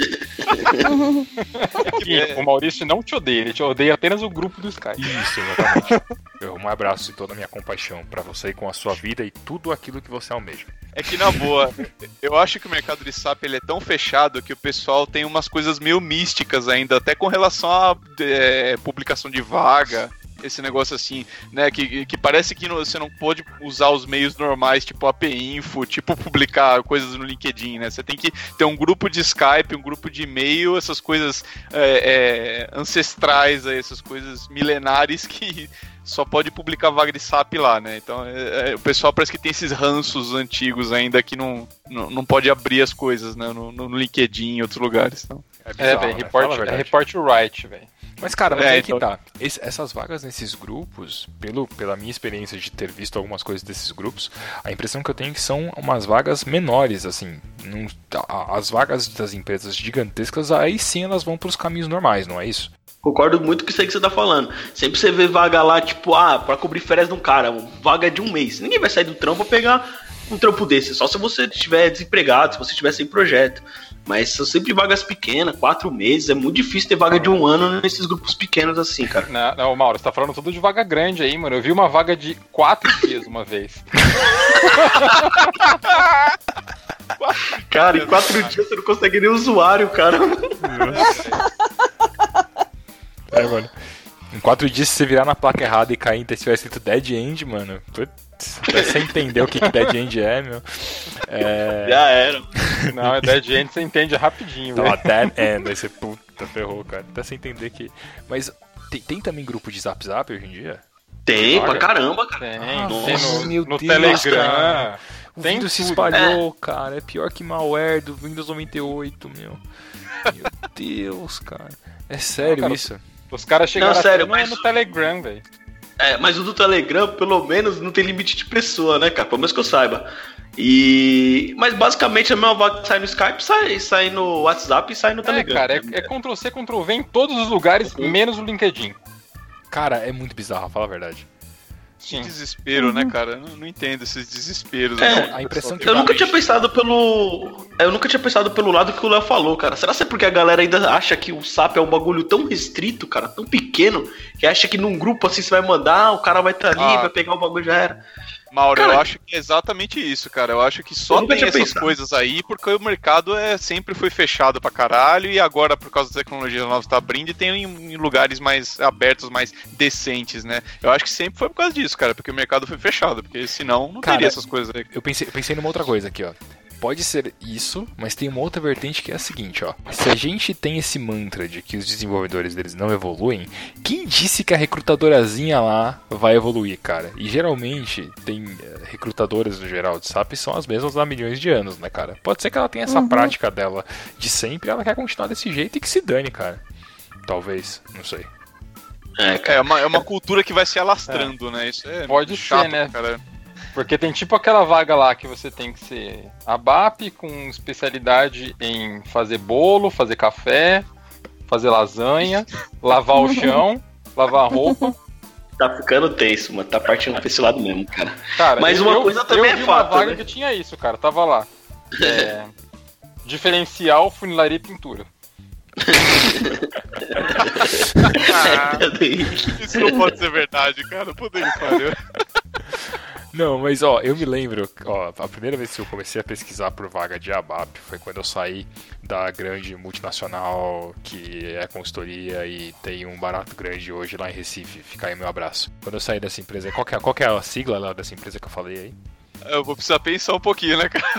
Viu? Sim, o Maurício não te odeia, ele te odeia apenas o grupo do Skype. Isso, exatamente. Eu, um abraço e toda a minha compaixão pra você e com a sua vida e tudo aquilo que você almeja. É que, na boa, eu acho que o mercado de S A P ele é tão fechado que o pessoal tem umas coisas meio místicas ainda, até com relação à é, publicação de vaga, esse negócio assim, né, que, que parece que não- você não pode usar os meios normais, tipo A P Info, tipo publicar coisas no LinkedIn, né, você tem que ter um grupo de Skype, um grupo de e-mail, essas coisas é, é, ancestrais, aí, essas coisas milenares que só pode publicar vaga de S A P lá, né? Então é, é, o pessoal parece que tem esses ranços antigos ainda que não, não, não pode abrir as coisas, né? No, no LinkedIn e outros lugares. Então. É, bizarro, velho, né? report, Fala a é verdade. report right, velho. Mas, cara, mas É, aí que então- tá. Esse- essas vagas nesses grupos, pelo, pela minha experiência de ter visto algumas coisas desses grupos, a impressão que eu tenho é que são umas vagas menores, assim. Não- a- as vagas das empresas gigantescas, aí sim elas vão pros caminhos normais, não é isso? Concordo muito com isso aí que você tá falando. Sempre você vê vaga lá, tipo, ah, pra cobrir férias de um cara, vaga de um mês. Ninguém vai sair do trampo pra pegar um trampo desse, só se você estiver desempregado, se você estiver sem projeto. Mas são sempre vagas pequenas, quatro meses, é muito difícil ter vaga de um ano nesses grupos pequenos assim, cara. Não, não, Mauro, você tá falando tudo de vaga grande aí, mano. Eu vi uma vaga de quatro dias uma vez. Cara, em quatro dias você não consegue nem usuário, cara. É, mano. Em quatro dias, se você virar na placa errada e cair e tiver escrito Dead End, mano, putz, até você entender o que, que Dead End é, meu. É... Já era. Não, é Dead End, você entende rapidinho, Não, velho. a Dead End, aí você, puta, ferrou, cara. Até você entender que... Mas tem, tem também grupo de Zap Zap hoje em dia? Tem, Olha. pra caramba, cara. Tem, Ah, tem nossa, no, meu no Deus, Telegram. cara. O Tem Windows se tudo. espalhou, cara. É pior que malware do Windows noventa e oito, meu. Meu Deus, cara. É sério Não, cara, isso? Os caras chegaram Não, sério, até no, mas- no Telegram, velho. É, mas o do Telegram, pelo menos, não tem limite de pessoa, né, cara? Pelo menos que eu saiba. E... Mas basicamente a mesma vaga que sai no Skype, sai, sai no WhatsApp e sai no É, Telegram. cara, é, é Ctrl C, Ctrl V em todos os lugares, menos o LinkedIn. Cara, é muito bizarro, fala a verdade. Que Sim. desespero, né, cara? Eu não, não entendo esses desesperos. É, né? a impressão que Eu nunca tinha pensado pelo. Eu nunca tinha pensado pelo lado que o Léo falou, cara. Será que é porque a galera ainda acha que o S A P é um bagulho tão restrito, cara, tão pequeno, que acha que num grupo assim você vai mandar, o cara vai estar ali, Ah. vai pegar o bagulho já era. Mauro, Cara, eu acho que é exatamente isso, cara. Eu acho que eu só nunca tem tinha essas pensado. coisas aí porque o mercado é, sempre foi fechado pra caralho e agora, por causa da tecnologia nova, tá abrindo e tem em, em lugares mais abertos, mais decentes, né? Eu acho que sempre foi por causa disso, cara, porque o mercado foi fechado, porque senão não Cara, teria essas coisas aí. Eu pensei, eu pensei numa outra coisa aqui, ó. Pode ser isso, mas tem uma outra vertente que é a seguinte, ó. Se a gente tem esse mantra de que os desenvolvedores deles não evoluem, quem disse que a recrutadorazinha lá vai evoluir, cara? E geralmente tem eh, recrutadoras no geral de S A P são as mesmas há milhões de anos, né, cara? Pode ser que ela tenha essa prática dela de sempre e ela quer continuar desse jeito e que se dane, cara. Talvez, não sei. É, É cara. uma, é uma cultura que vai se alastrando, né? Isso é Pode chato, ser, né? cara. Porque tem tipo aquela vaga lá que você tem que ser A B A P com especialidade em fazer bolo, fazer café fazer lasanha, lavar o chão, lavar a roupa. Tá ficando tenso, mano. Tá partindo pra esse lado mesmo, cara. Cara, mas eu, uma eu, coisa também eu é vi fato, uma vaga né? que tinha isso, cara. Tava lá. É, diferencial, funilaria e pintura. Isso não pode ser verdade, cara. Puta que pariu. Não, mas ó, eu me lembro, ó, a primeira vez que eu comecei a pesquisar por vaga de ABAP foi quando eu saí da grande multinacional que é consultoria e tem um barato grande hoje lá em Recife. Fica aí meu abraço. Quando eu saí dessa empresa, qual que é, qual que é a sigla lá dessa empresa que eu falei aí? Eu vou precisar pensar um pouquinho, né, cara?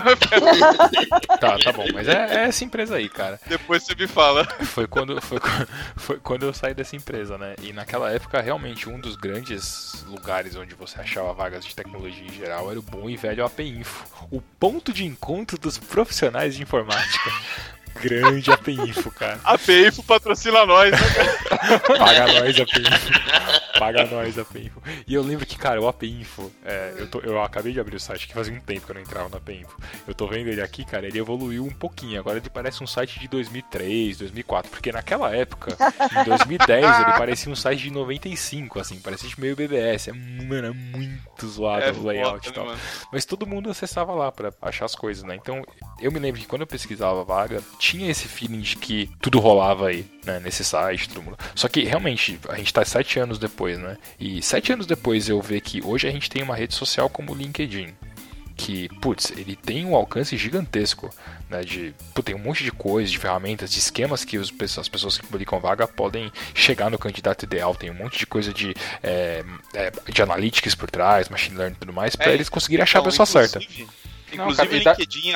Tá, tá bom, mas é, é essa empresa aí, cara. Depois você me fala. Foi quando, foi, foi quando eu saí dessa empresa, né? E naquela época, realmente, um dos grandes lugares onde você achava vagas de tecnologia em geral era o bom e velho A P Info. O ponto de encontro dos profissionais de informática. Grande A P Info, cara. A P Info patrocina nós, né, cara? Paga nós, A P Info. Paga nós, A P Info. E eu lembro que, cara, o A P Info, é, eu, tô, eu acabei de abrir o site que fazia um tempo que eu não entrava no A P Info. Eu tô vendo ele aqui, cara, ele evoluiu um pouquinho. Agora ele parece um site de dois mil e três, dois mil e quatro. Porque naquela época, em dois mil e dez, ele parecia um site de noventa e cinco, assim. Parecia meio B B S. É, mano, é muito zoado É o layout foda, e tal. né, mano? Mas todo mundo acessava lá pra achar as coisas, né? Então, eu me lembro que quando eu pesquisava a vaga, tinha esse feeling de que tudo rolava aí, né? Nesse site, todo mundo. Só que, realmente, a gente tá sete anos depois, né? E sete anos depois eu ver que hoje a gente tem uma rede social como o LinkedIn. Que, putz, ele tem um alcance gigantesco, né? De, putz, tem um monte de coisas, de ferramentas, de esquemas que os, as pessoas que publicam vaga podem chegar no candidato ideal. Tem um monte de coisa de, é, é, de analytics por trás, machine learning e tudo mais, pra É, eles conseguirem achar então, a pessoa certa. Inclusive, Não, cara, o LinkedIn,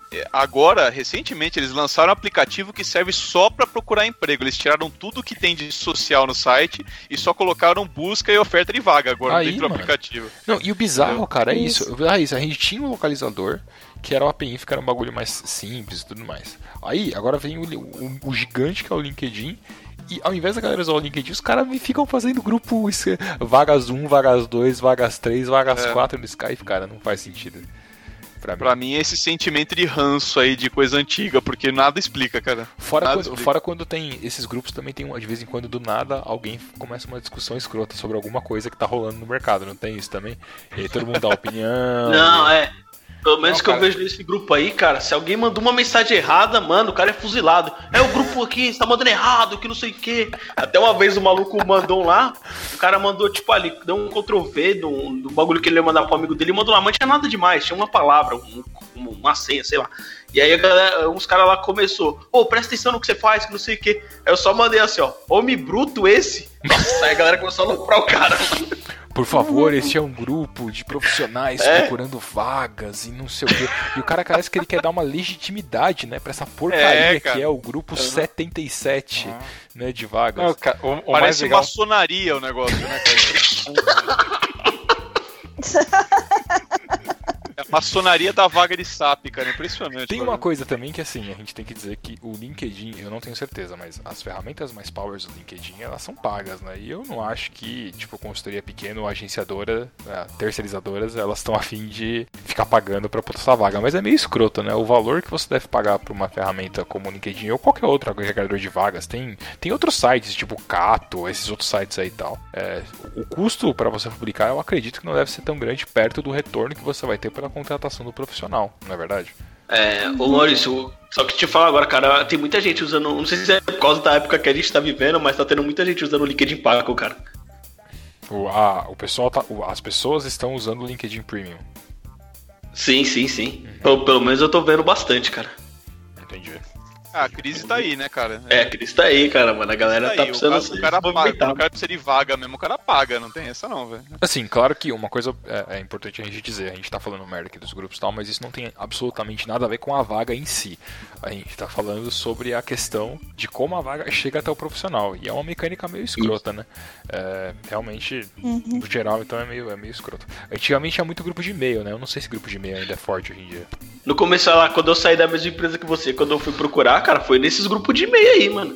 agora, recentemente, eles lançaram um aplicativo que serve só pra procurar emprego. Eles tiraram tudo que tem de social no site e só colocaram busca e oferta de vaga agora Aí, dentro do mano. aplicativo. Não, e o bizarro, cara, é Isso. isso. Ah, isso. A gente tinha um localizador, que era o A P Info, que era um bagulho mais simples e tudo mais. Aí, agora vem o, o, o gigante, que é o LinkedIn. E ao invés da galera usar o LinkedIn, os caras ficam fazendo grupo isso, vagas um, vagas dois, vagas três, vagas É. quatro no Skype, cara, não faz sentido. Pra mim. Pra mim, é esse sentimento de ranço aí de coisa antiga, porque nada explica, cara. Fora Nada quando, explica. fora quando tem esses grupos, também tem, de vez em quando, do nada, alguém começa uma discussão escrota sobre alguma coisa que tá rolando no mercado, não tem isso também? E aí todo mundo dá opinião. Não, é. Pelo menos Não, que eu cara. vejo nesse grupo aí, cara, se alguém mandou uma mensagem errada, mano, o cara é fuzilado. É o grupo aqui, você tá mandando errado, que não sei o quê. Até uma vez o maluco mandou um lá, o cara mandou, tipo, ali, deu um control V do, do bagulho que ele ia mandar pro amigo dele, mandou lá, mas não tinha nada demais, tinha uma palavra, um, um, uma senha, sei lá. E aí a galera, uns caras lá começou, ô, presta atenção no que você faz, que não sei o quê. Aí eu só mandei assim, ó, homem bruto esse. Nossa, aí a galera começou a lucrar o cara, mano. Por favor, este é um grupo de profissionais É. procurando vagas e não sei o quê. E o cara parece que ele quer dar uma legitimidade, né, pra essa porcaria É, cara. que é o grupo setenta e sete, né, de vagas. Não, cara, o, o mais Parece legal... maçonaria o negócio, né, cara? É a maçonaria da vaga de S A P, cara. Impressionante. Tem mano. uma coisa também que, assim, a gente tem que dizer que o LinkedIn, eu não tenho certeza, mas as ferramentas mais powers do LinkedIn, elas são pagas, né? E eu não acho que, tipo, consultoria pequena ou agenciadora, né, terceirizadoras, elas estão a fim de ficar pagando pra postar vaga. Mas é meio escroto, né? O valor que você deve pagar por uma ferramenta como o LinkedIn ou qualquer outro agregador de vagas, tem, tem outros sites, tipo Cato, esses outros sites aí e tal. É, o custo pra você publicar, eu acredito que não deve ser tão grande perto do retorno que você vai ter pela contratação do profissional, não é verdade? É, ô Maurício, só que te falar agora, cara, tem muita gente usando, não sei se é por causa da época que a gente tá vivendo, mas tá tendo muita gente usando o LinkedIn pago, cara. O, a, o pessoal tá, o, as pessoas estão usando o LinkedIn Premium. Sim, sim, sim. Pelo, pelo menos eu tô vendo bastante, cara. Entendi. Ah, a crise tá aí, né, cara? É, a crise tá aí, cara, mano. A galera Tá tá aí, precisando o se cara, o cara paga, movimentar. o cara precisa de vaga mesmo, o cara paga, não tem essa não, velho. Assim, claro que uma coisa é, é importante a gente dizer, a gente tá falando merda aqui dos grupos e tal, mas isso não tem absolutamente nada a ver com a vaga em si. A gente tá falando sobre a questão de como a vaga chega até o profissional. E é uma mecânica meio escrota, né? É, realmente, no geral, então é meio, é meio escroto. Antigamente tinha muito grupo de e-mail, né? Eu não sei se grupo de e-mail ainda é forte hoje em dia. No começo lá, quando eu saí da mesma empresa que você, quando eu fui procurar, cara, foi nesses grupos de e-mail aí, mano.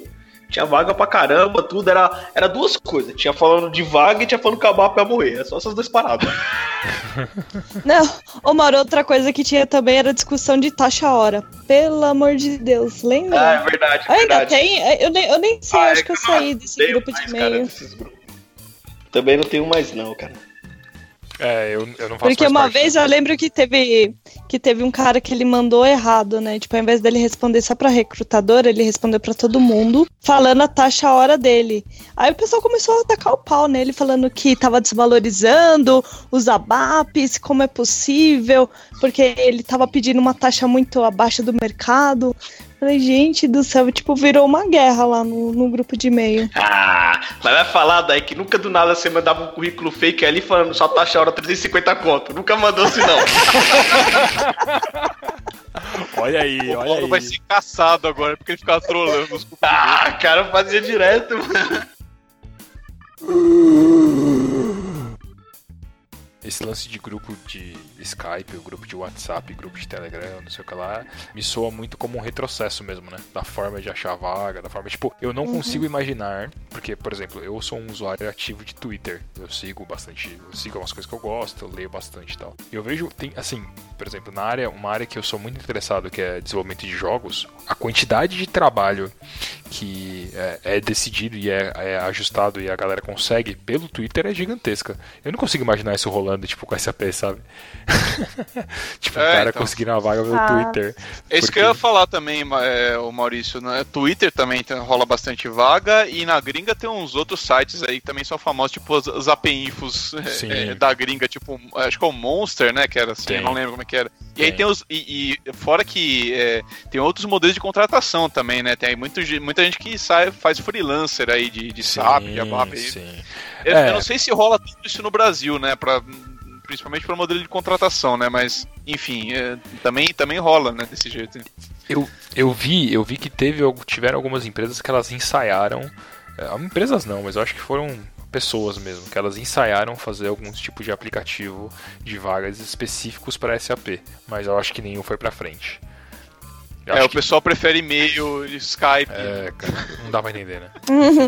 Tinha vaga pra caramba, tudo. Era, era duas coisas. Tinha falando de vaga e tinha falando que a B A P ia morrer. Era só essas duas paradas. Não, ô Mauro, outra coisa que tinha também era discussão de taxa-hora. Pelo amor de Deus, lembra? Ah, é verdade, é Ainda verdade. tem? Eu nem, eu nem sei, Ah, acho é que eu que eu não saí desse tenho grupo mais, de cara, e-mail. desses grupos. Também não tenho mais não, cara. É, eu, eu não faço Porque mais uma parte vez disso. eu lembro que teve, que teve um cara que ele mandou errado, né? Tipo, ao invés dele responder só pra recrutadora, ele respondeu pra todo mundo, falando a taxa hora dele. Aí o pessoal começou a atacar o pau nele, falando que tava desvalorizando os A B A Ps, como é possível, porque ele tava pedindo uma taxa muito abaixo do mercado. Falei, gente do céu, tipo, virou uma guerra lá no, no grupo de e-mail. Ah, mas vai falar daí que nunca do nada você mandava um currículo fake ali falando só taxa hora trezentos e cinquenta conto. Nunca mandou assim não. Olha aí, O olha Paulo aí. vai ser caçado agora porque ele ficava trolando os grupos. Ah, cara, fazia direto, mano. Esse lance de grupo de Skype, o grupo de WhatsApp, grupo de Telegram, não sei o que lá, me soa muito como um retrocesso mesmo, né? Da forma de achar vaga, da forma... Tipo, eu não Uhum. consigo imaginar, porque, por exemplo, eu sou um usuário ativo de Twitter. Eu sigo bastante, eu sigo algumas coisas que eu gosto, eu leio bastante e tal. E eu vejo, tem, assim, por exemplo, na área, uma área que eu sou muito interessado, que é desenvolvimento de jogos, a quantidade de trabalho que é, é decidido e é, é ajustado e a galera consegue pelo Twitter é gigantesca. Eu não consigo imaginar isso rolando, tipo, com S A P, sabe? tipo, o É, cara então. conseguindo uma vaga pelo Ah. Twitter. É isso Porque- que eu ia falar também, ma- é, o Maurício, né? Twitter também tem- rola bastante vaga e na gringa tem uns outros sites aí que também são famosos, tipo os, os A P Infos é, Sim. é, da gringa, tipo, acho que é o Monster, né? Que era assim, Tem. eu não lembro como é que era. E aí Tem. tem os. E, e fora que é, tem outros modelos de contratação também, né? Tem muito, ge- muita gente que sai, faz freelancer aí de, de S A P, de A B A P. aí. sim. Eu, É. eu não sei se rola tudo isso no Brasil, né? Pra, principalmente para modelo de contratação, né? Mas, enfim, é, também, também rola, né? Desse jeito. Eu, eu vi, eu vi que teve, algu- tiveram algumas empresas que elas ensaiaram, é, empresas não, mas eu acho que foram pessoas mesmo, que elas ensaiaram fazer alguns tipos de aplicativo de vagas específicos para S A P, mas eu acho que nenhum foi pra frente. Eu É, acho o que- pessoal prefere e-mail, Skype. É, cara, não dá pra entender, né?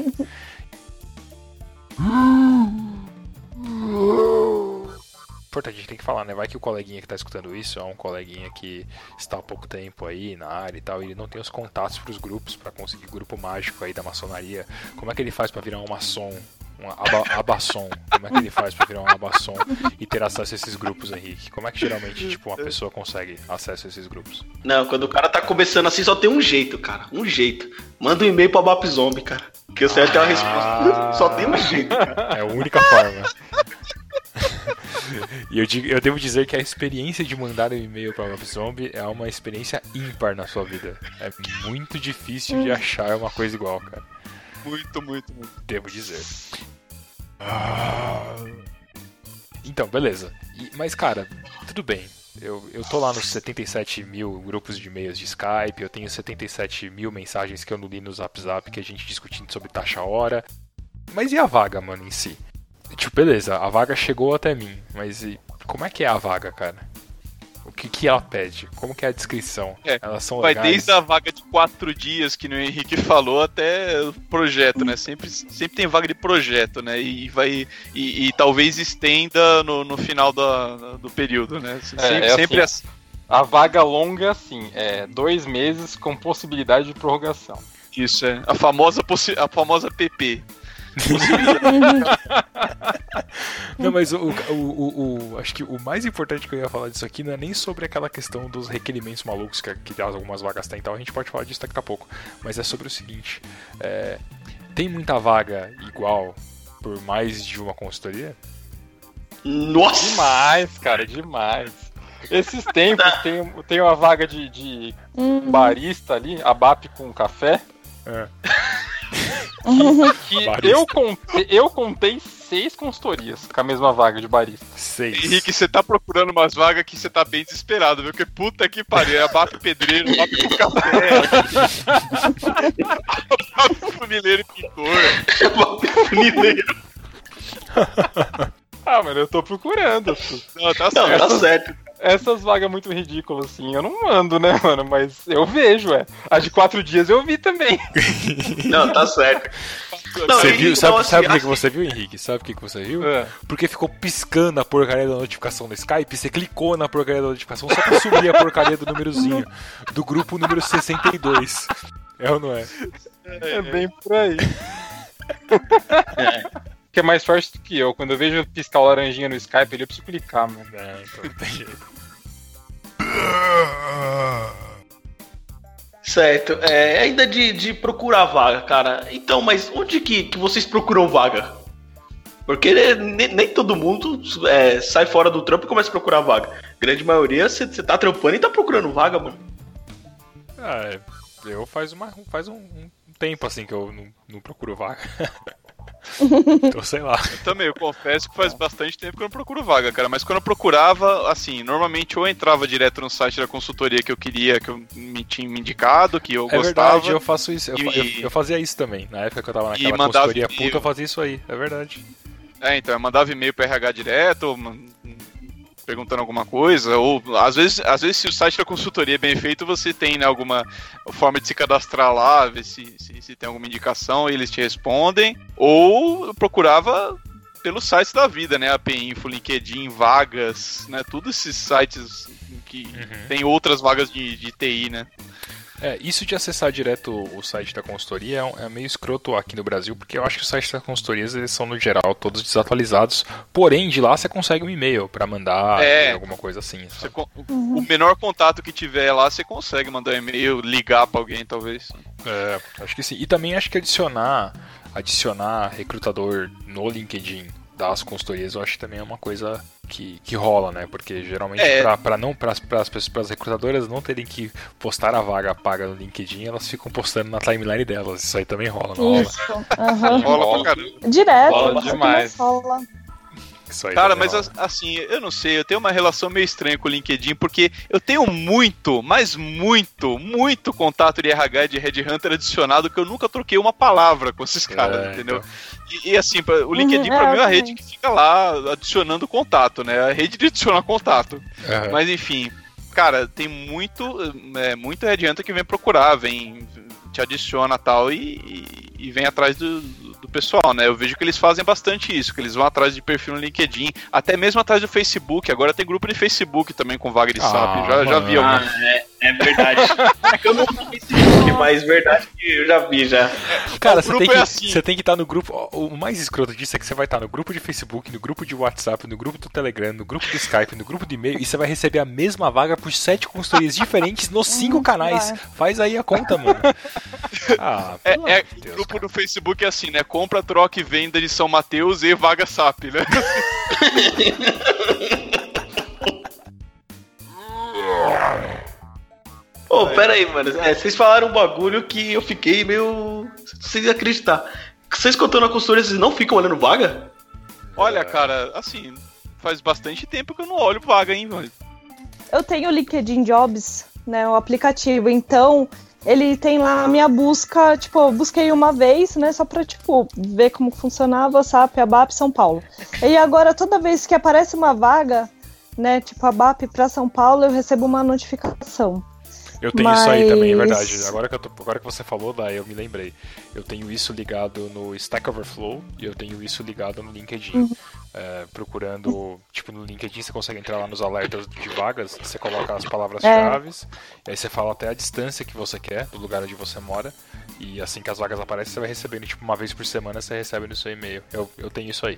Importante, a gente tem que falar, né? Vai que o coleguinha que tá escutando isso é um coleguinha que está há pouco tempo aí na área e tal, e ele não tem os contatos pros grupos, pra conseguir grupo mágico aí da maçonaria. Como é que ele faz pra virar um maçom, um aba, abassom? Como é que ele faz pra virar um abassom e ter acesso a esses grupos, Henrique? Como é que geralmente, tipo, uma pessoa consegue acesso a esses grupos? Não, quando o cara tá começando assim, só tem um jeito, cara. Um jeito. Manda um e-mail pra B A P Zombie, cara. Que você vai ter uma resposta. Só tem um jeito, cara. É a única forma. E eu, digo, eu devo dizer que a experiência de mandar um e-mail para uma zombie é uma experiência ímpar na sua vida. É muito difícil de achar uma coisa igual, cara. Muito, muito, muito. Devo dizer. Então, beleza. E- mas, cara, tudo bem. Eu, eu tô lá nos setenta e sete mil grupos de e-mails de Skype, eu tenho setenta e sete mil mensagens que eu não li no Zap Zap, que a gente discutindo sobre taxa hora. Mas e a vaga, mano, em si? Tipo, beleza, a vaga chegou até mim, mas e como é que é a vaga, cara? O que, que ela pede? Como que é a descrição? É, Elas são Vai legais? desde a vaga de quatro dias que o Henrique falou até o projeto, né? Sempre, sempre tem vaga de projeto, né? E vai e, e talvez estenda no, no final da, do período, né? Sempre, É, é sempre assim. A vaga longa é assim, é dois meses com possibilidade de prorrogação. assim. Isso, é. A famosa, possi- a famosa P P. Não, mas o, o, o, o- acho que o mais importante que eu ia falar disso aqui não é nem sobre aquela questão dos requerimentos malucos que, que algumas vagas têm e tal, a gente pode falar disso daqui a pouco, mas é sobre o seguinte, é, tem muita vaga igual por mais de uma consultoria? Nossa! Demais, cara, demais. Esses tempos tem, tem uma vaga de, de barista ali, a B A P com café, É. que Barista. eu contei, eu contei seis consultorias com a mesma vaga de barista. Seis. Henrique, você tá procurando umas vagas que você tá bem desesperado, viu? Porque puta que pariu, é a B A P pedreiro, a B A P com café, a B A P funileiro e pintor. B A P funileiro. Ah, mano, eu tô procurando. Não, tá Não, certo. tá certo. essas vagas muito ridículas, assim, eu não mando, né, mano? Mas eu vejo, é. A de quatro dias eu vi também. Não, tá certo. Não, Você e, viu, então, sabe, assim, sabe por que assim- que você viu, Henrique? Sabe por que que você viu? É. Porque ficou piscando a porcaria da notificação no Skype, você clicou na porcaria da notificação só pra subir a porcaria do númerozinho do grupo número sessenta e dois. É ou não é? É bem por aí. Que é mais forte do que eu. Quando eu vejo piscar o laranjinha no Skype, ele eu preciso clicar, mano. É, então não tem jeito. Certo, é, ainda de, de procurar vaga, cara. Então, mas onde que, que vocês procuram vaga? Porque né, nem, nem todo mundo é, sai fora do trampo e começa a procurar vaga. Grande maioria, você tá trampando e tá procurando vaga, mano. Ah, é, eu faz, uma, faz um, um tempo assim que eu não, não procuro vaga. Então, sei lá. Eu também, eu confesso que faz bastante tempo que eu não procuro vaga, cara. Mas quando eu procurava, assim, normalmente ou eu entrava direto no site da consultoria que eu queria, que eu me tinha me indicado, que eu É gostava. verdade, eu faço isso. Eu, e- fa- eu, eu fazia isso também. Na época que eu tava E naquela mandava consultoria e-mail. puta, eu fazia isso aí. É verdade. É, então, eu mandava e-mail pra R H direto, ou, man- perguntando alguma coisa, ou às vezes, às vezes se o site da consultoria é bem feito, você tem, né, alguma forma de se cadastrar lá, ver se, se, se tem alguma indicação e eles te respondem, ou eu procurava pelos sites da vida, né, A P Info, LinkedIn, Vagas, né, todos esses sites que Uhum. tem outras vagas de, de T I, né. É, isso de acessar direto o site da consultoria é, um- é meio escroto aqui no Brasil, porque eu acho que os sites das consultorias eles são, no geral, todos desatualizados. Porém, de lá você consegue um e-mail pra mandar É. alguma coisa assim. Você Sabe? con- O menor contato que tiver lá, você consegue mandar e-mail, ligar pra alguém, talvez. É, acho que sim. E também acho que adicionar, adicionar recrutador no LinkedIn das consultorias, eu acho que também é uma coisa que, que rola, né? Porque geralmente É. pra, pra não para as recrutadoras não terem que postar a vaga paga no LinkedIn, elas ficam postando na timeline delas. Isso aí também rola, não rola? Isso. Aham. Rola pra caramba. Direto. Rola isso aqui demais. não rola. Isso aí Cara, também mas rola. as- assim, eu não sei, eu tenho uma relação meio estranha com o LinkedIn, porque eu tenho muito, mas muito, muito contato de R H e de Headhunter adicionado que eu nunca troquei uma palavra com esses caras, É, entendeu? então. E, e, assim, pra- o LinkedIn Uhum, pra é, mim é a eu rede também. que fica lá adicionando contato, né? A rede de adicionar contato. Aham. Mas enfim, cara, tem muito, é, muito Headhunter que vem procurar, vem, te adiciona tal e, e, e vem atrás do, do pessoal, né? Eu vejo que eles fazem bastante isso, que eles vão atrás de perfil no LinkedIn, até mesmo atrás do Facebook. Agora tem grupo de Facebook também com vaga de Ah, SAP. Já, já vi mano. algum. Ah, é, é verdade. É que eu não vi Facebook, mas verdade que eu já vi já. Cara, o você grupo tem, que, é assim. você tem que estar no grupo. ó, O mais escroto disso é que você vai estar no grupo de Facebook, no grupo de WhatsApp, no grupo do Telegram, no grupo do Skype, no grupo de e-mail, e você vai receber a mesma vaga por sete consultorias diferentes nos cinco Hum, canais. vai. Faz aí a conta, mano. Ah, É, pelo é, amor de o Deus, grupo cara. do Facebook é assim, né? Compra, troca e venda de São Mateus e vaga SAP, né? Ô, pera aí, mano. É, vocês falaram um bagulho que eu fiquei meio sem acreditar. Vocês contando a consultoria, vocês não ficam olhando vaga? Olha, cara, assim, faz bastante tempo que eu não olho vaga, hein, mano. Eu tenho o LinkedIn Jobs, né, o aplicativo, então ele tem lá a minha busca, tipo, eu busquei uma vez, né, só pra, tipo, ver como funcionava, S A P, A B A P, São Paulo. E agora, toda vez que aparece uma vaga, né, tipo, A B A P pra São Paulo, eu recebo uma notificação. Eu tenho isso aí também, é Mas- verdade. Agora que, eu tô- agora que você falou, daí eu me lembrei. Eu tenho isso ligado no Stack Overflow e eu tenho isso ligado no LinkedIn. Uhum. É, procurando, tipo, no LinkedIn você consegue entrar lá nos alertas de vagas, você coloca as palavras-chave, e aí você fala até a distância que você quer, do lugar onde você mora, e assim que as vagas aparecem, você vai recebendo, tipo, uma vez por semana, você recebe no seu e-mail. Eu, eu tenho isso aí.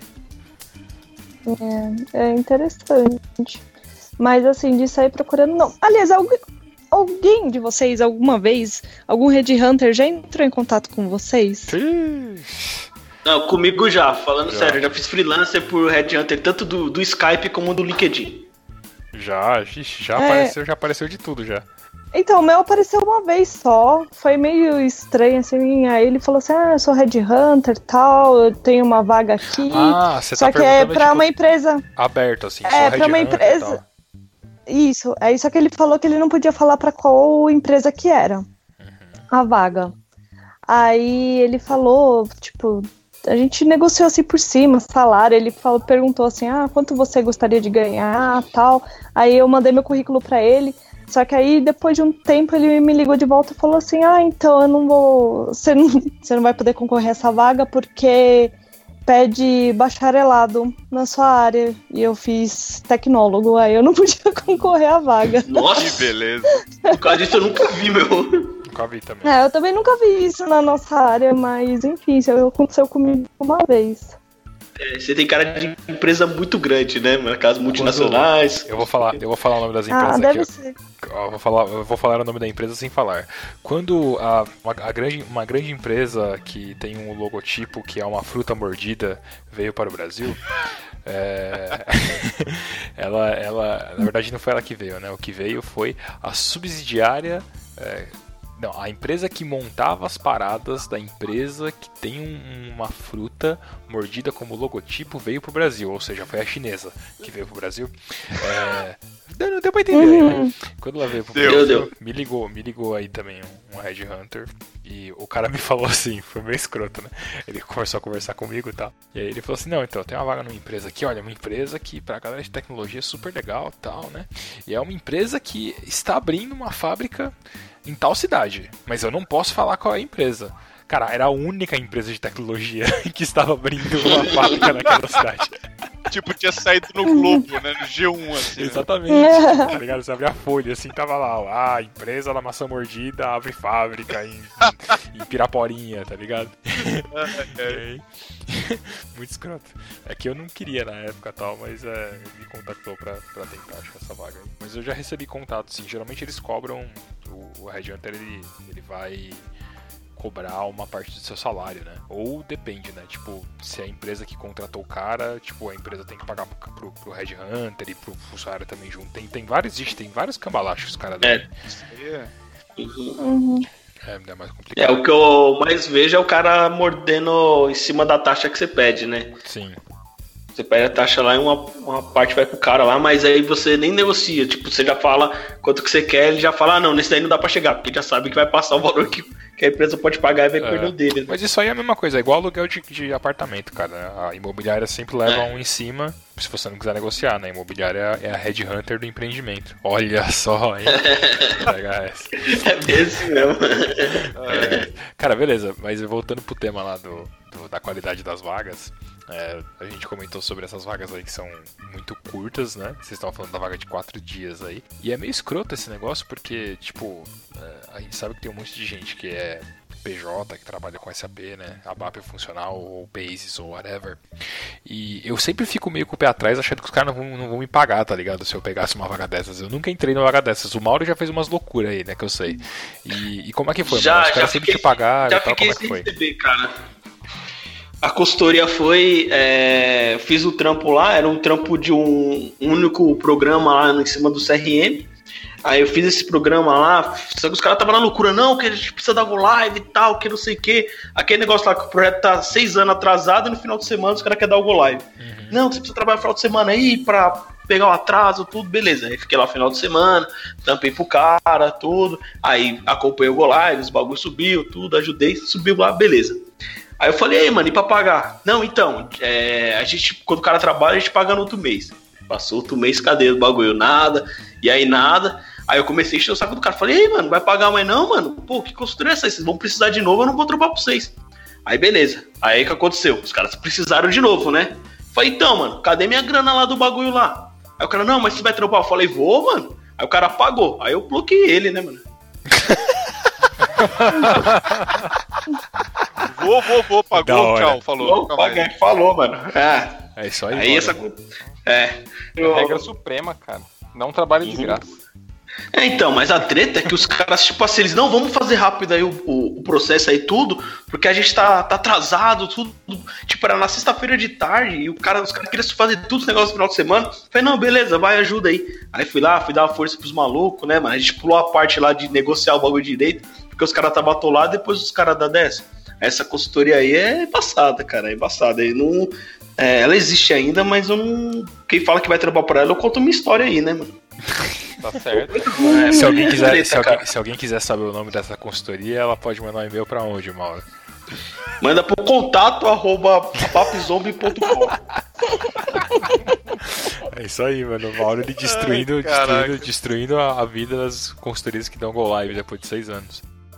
É interessante. Mas, assim, de sair procurando, não. Aliás, alguém, alguém de vocês, alguma vez, algum Headhunter já entrou em contato com vocês? Não, comigo já, falando Já. sério, eu já fiz freelancer por Headhunter, tanto do, do Skype como do LinkedIn. Já, ixi, já É. apareceu, já apareceu de tudo já. Então, o meu apareceu uma vez só, foi meio estranho, assim, aí ele falou assim, ah, eu sou Headhunter e tal, eu tenho uma vaga aqui, Ah, você só tá que é perguntando, pra tipo, uma empresa, aberto, assim, É, só pra uma Headhunter e empresa. tal. isso, aí só que ele falou que ele não podia falar pra qual empresa que era a vaga. Aí ele falou, tipo, a gente negociou assim por cima, salário. Ele falou, perguntou assim, ah, quanto você gostaria de ganhar, tal. Aí eu mandei meu currículo pra ele. Só que aí, depois de um tempo, ele me ligou de volta e falou assim, ah, então eu não vou... Você não, você não vai poder concorrer a essa vaga porque pede bacharelado na sua área. E eu fiz tecnólogo, aí eu não podia concorrer à vaga. Nossa, Que beleza. por causa disso eu nunca vi, meu. Nunca vi também. É, eu também nunca vi isso na nossa área, mas enfim, isso aconteceu comigo uma vez. É, você tem cara de empresa muito grande, né? Aquelas multinacionais. Eu vou falar, eu vou falar o nome das empresas Ah, aqui. deve ó. ser. Eu vou falar, eu vou falar o nome da empresa sem falar. Quando a, uma, a grande, uma grande empresa que tem um logotipo que é uma fruta mordida veio para o Brasil, é, ela, ela, na verdade não foi ela que veio, né? O que veio foi a subsidiária, é, não, a empresa que montava as paradas da empresa que tem um, uma fruta mordida como logotipo veio pro Brasil, ou seja, foi a chinesa que veio pro Brasil. É, deu, deu pra entender, Uhum. né? Quando ela veio pro Deu, Brasil, deu. me ligou, me ligou aí também um, um Red Hunter. E o cara me falou assim, foi meio escroto, né? Ele começou a conversar comigo e tal. E aí ele falou assim, não, então, tem uma vaga numa empresa aqui, olha, uma empresa que pra galera de tecnologia é super legal e tal, né? E é uma empresa que está abrindo uma fábrica em tal cidade, mas eu não posso falar qual é a empresa. Cara, era a única empresa de tecnologia que estava abrindo uma fábrica naquela cidade. Tipo, tinha saído no Globo, né? No G um, assim. Né? Exatamente, tá ligado? Você abria a folha, assim, tava lá, ó, ah, empresa da maçã mordida abre fábrica em, em, em Piraporinha, tá ligado? E aí, muito escroto. É que eu não queria na época e tal, mas é, ele me contactou pra, pra tentar achar essa vaga aí. Mas eu já recebi contato, sim. Geralmente eles cobram, o, o Red Hunter, ele, ele vai cobrar uma parte do seu salário, né? Ou depende, né? Tipo, se a empresa que contratou o cara, tipo, a empresa tem que pagar pro, pro, pro Red Hunter e pro funcionário também junto. Tem, tem vários, existe, tem vários cambalachos que os caras É. dão. Uhum. Uhum. É, é mais É, complicado. o que eu mais vejo é o cara mordendo em cima da taxa que você pede, né? Sim. Você pede a taxa lá e uma, uma parte vai pro cara lá, mas aí você nem negocia. Tipo, você já fala quanto que você quer, ele já fala, ah, não, nesse daí não dá pra chegar, porque já sabe que vai passar o valor que, que a empresa pode pagar e vai É. perder o dele. Né? Mas isso aí é a mesma coisa, é igual aluguel de, de apartamento, cara. A imobiliária sempre leva É. um em cima, se você não quiser negociar, né? A imobiliária é a Red Hunter do empreendimento. Olha só, hein? Pega essa. É mesmo mesmo. É, cara, beleza, mas voltando pro tema lá do, do- da qualidade das vagas, é, a gente comentou sobre essas vagas aí que são muito curtas, né? Vocês estavam falando da vaga de quatro dias aí. E é meio escroto esse negócio porque, tipo, é, a gente sabe que tem um monte de gente que é P J, que trabalha com S A P, né? A B A P funcional, ou Basis, ou whatever. E eu sempre fico meio com o pé atrás achando que os caras não vão, não vão me pagar, tá ligado? Se eu pegasse uma vaga dessas. Eu nunca entrei numa vaga dessas. O Mauro já fez umas loucuras aí, né? Que eu sei. E, e como é que foi, Já, mano? Os já caras sempre fiquei- te pagaram Já e tal, fiquei como é que sem foi? receber, cara. A consultoria foi. É, fiz o trampo lá, era um trampo de um único programa lá em cima do C R M. Aí eu fiz esse programa lá, só que os caras estavam na loucura, não, que a gente precisa dar go live e tal, que não sei o que. Aquele negócio lá que o projeto tá seis anos atrasado e no final de semana os caras querem dar o go live. Uhum. Não, você precisa trabalhar no final de semana aí pra pegar o atraso, tudo, beleza. Aí fiquei lá no final de semana, tampei pro cara, tudo. Aí acompanhei o go live, os bagulhos subiu, tudo, ajudei, subiu lá, beleza. Aí eu falei, ei, mano, e pra pagar? Não, então, é, a gente, quando o cara trabalha, a gente paga no outro mês. Passou outro mês, cadê o bagulho? Nada, e aí nada. Aí eu comecei a encher o saco do cara. Falei, ei, mano, vai pagar mais não, mano? Pô, que consultoria é essa? Vocês vão precisar de novo, eu não vou trampar pra vocês. Aí beleza. Aí o que aconteceu? Os caras precisaram de novo, né? Falei, então, mano, cadê minha grana lá do bagulho lá? Aí o cara, não, mas você vai trampar? Eu falei, vou, mano. Aí o cara pagou. Aí eu bloqueei ele, né, mano? Vou, vou, vou, Da pagou, hora. tchau, falou. Vou, nunca mais. paguei, falou, mano. É. É isso aí, Aí bora. essa. É. É a regra suprema, cara. Não trabalho de Uhum. graça. É, então, mas a treta é que os caras, tipo assim, eles não vamos fazer rápido aí o, o, o processo aí tudo, porque a gente tá, tá atrasado, tudo. Tipo, era na sexta-feira de tarde e o cara, os caras queriam fazer tudo esse negócio no final de semana. Falei, não, beleza, vai, ajuda aí. Aí fui lá, fui dar uma força pros malucos, né, mano? A gente pulou a parte lá de negociar o bagulho direito, porque os caras estavam atolados, depois os caras da dessa. Essa consultoria aí é embaçada, cara, é embaçada. Aí não, é, ela existe ainda, mas eu não. Quem fala que vai trabalhar pra ela, eu conto minha história aí, né, mano? Tá certo. É, Se alguém, quiser, treta, se, alguém, cara. se alguém quiser saber o nome dessa consultoria, ela pode mandar um e-mail pra onde, Mauro? Manda pro contato arroba papzombie ponto com. É isso aí, mano. O Mauro ele destruindo, Ai, destruindo, destruindo a, a vida das consultorias que dão go live depois de seis anos.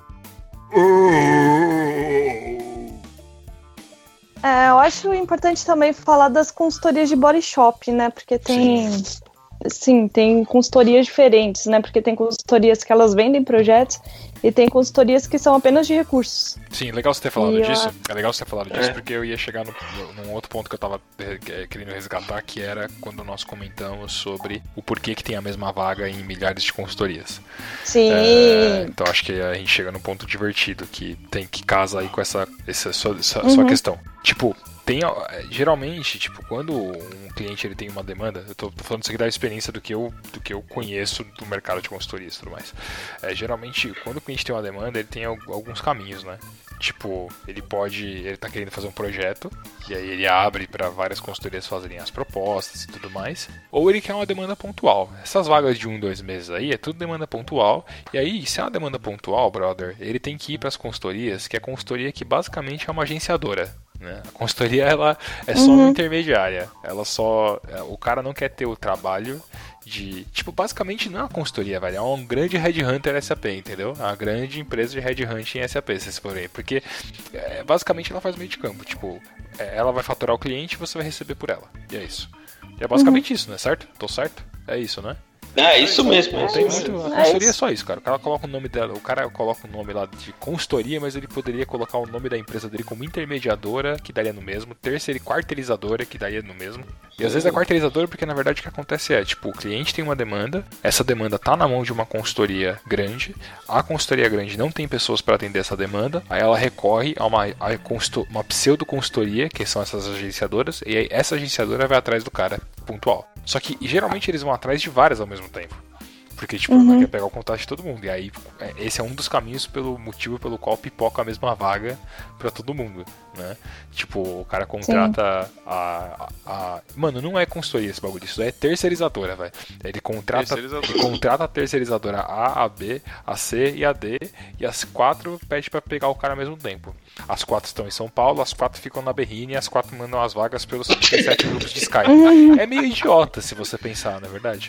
É, eu acho importante também falar das consultorias de body shop, né? Porque tem... Sim. Sim, tem consultorias diferentes, né? Porque tem consultorias que elas vendem projetos e tem consultorias que são apenas de recursos. Sim, legal você ter falado E disso. a- É legal você ter falado disso, É. porque eu ia chegar no, num outro ponto que eu tava eh, querendo resgatar, que era quando nós comentamos sobre o porquê que tem a mesma vaga em milhares de consultorias. Sim. É, então acho que a gente chega num ponto divertido que tem que casar aí com essa, essa sua, essa Uhum. sua questão. Tipo, tem, geralmente, tipo, quando um cliente ele tem uma demanda, eu tô falando isso aqui da experiência do que eu, do que eu conheço do mercado de consultorias e tudo mais. É, geralmente, quando o cliente tem uma demanda, ele tem al- alguns caminhos, né? Tipo, ele pode, ele tá querendo fazer um projeto, e aí ele abre para várias consultorias fazerem as propostas e tudo mais. Ou ele quer uma demanda pontual. Essas vagas de um, dois meses aí, é tudo demanda pontual. E aí, se é uma demanda pontual, brother, ele tem que ir para as consultorias, que é a consultoria que basicamente é uma agenciadora. Né? A consultoria ela é só uma intermediária. Ela só, o cara não quer ter o trabalho de, tipo, basicamente não é uma consultoria, velho, é um grande headhunter S A P, entendeu? É uma grande empresa de headhunting S A P, se vocês forem, porque é, basicamente ela faz meio de campo, tipo, é, ela vai faturar o cliente e você vai receber por ela. E é isso. E é basicamente isso, né? Certo? Tô certo? É isso, né? É isso mesmo. Não É tem isso. muito. A É consultoria é isso. só isso, cara. O cara coloca o nome dela, o cara coloca o nome lá de consultoria, mas ele poderia colocar o nome da empresa dele como intermediadora, que daria no mesmo, terceira e quarteirizadora, que daria no mesmo. E às vezes é quarteirizadora porque na verdade o que acontece é, tipo, o cliente tem uma demanda, essa demanda tá na mão de uma consultoria grande, a consultoria grande não tem pessoas para atender essa demanda, aí ela recorre a uma, a consulto, uma pseudo-consultoria, que são essas agenciadoras, e aí essa agenciadora vai atrás do cara pontual. Só que geralmente eles vão atrás de várias ao mesmo tempo. Porque, tipo, ela quer pegar o contato de todo mundo. E aí, é, esse é um dos caminhos, pelo motivo pelo qual pipoca a mesma vaga pra todo mundo, né? Tipo, o cara contrata a, a, a... Mano, não é consultoria esse bagulho, isso é terceirizadora, velho. Ele contrata, Terceirizadora. ele contrata a terceirizadora A, a B, a C e a D, e as quatro pede pra pegar o cara ao mesmo tempo. As quatro estão em São Paulo, as quatro ficam na Berrine e as quatro mandam as vagas pelos cinquenta e sete grupos de Skype. É meio idiota, se você pensar, não é verdade?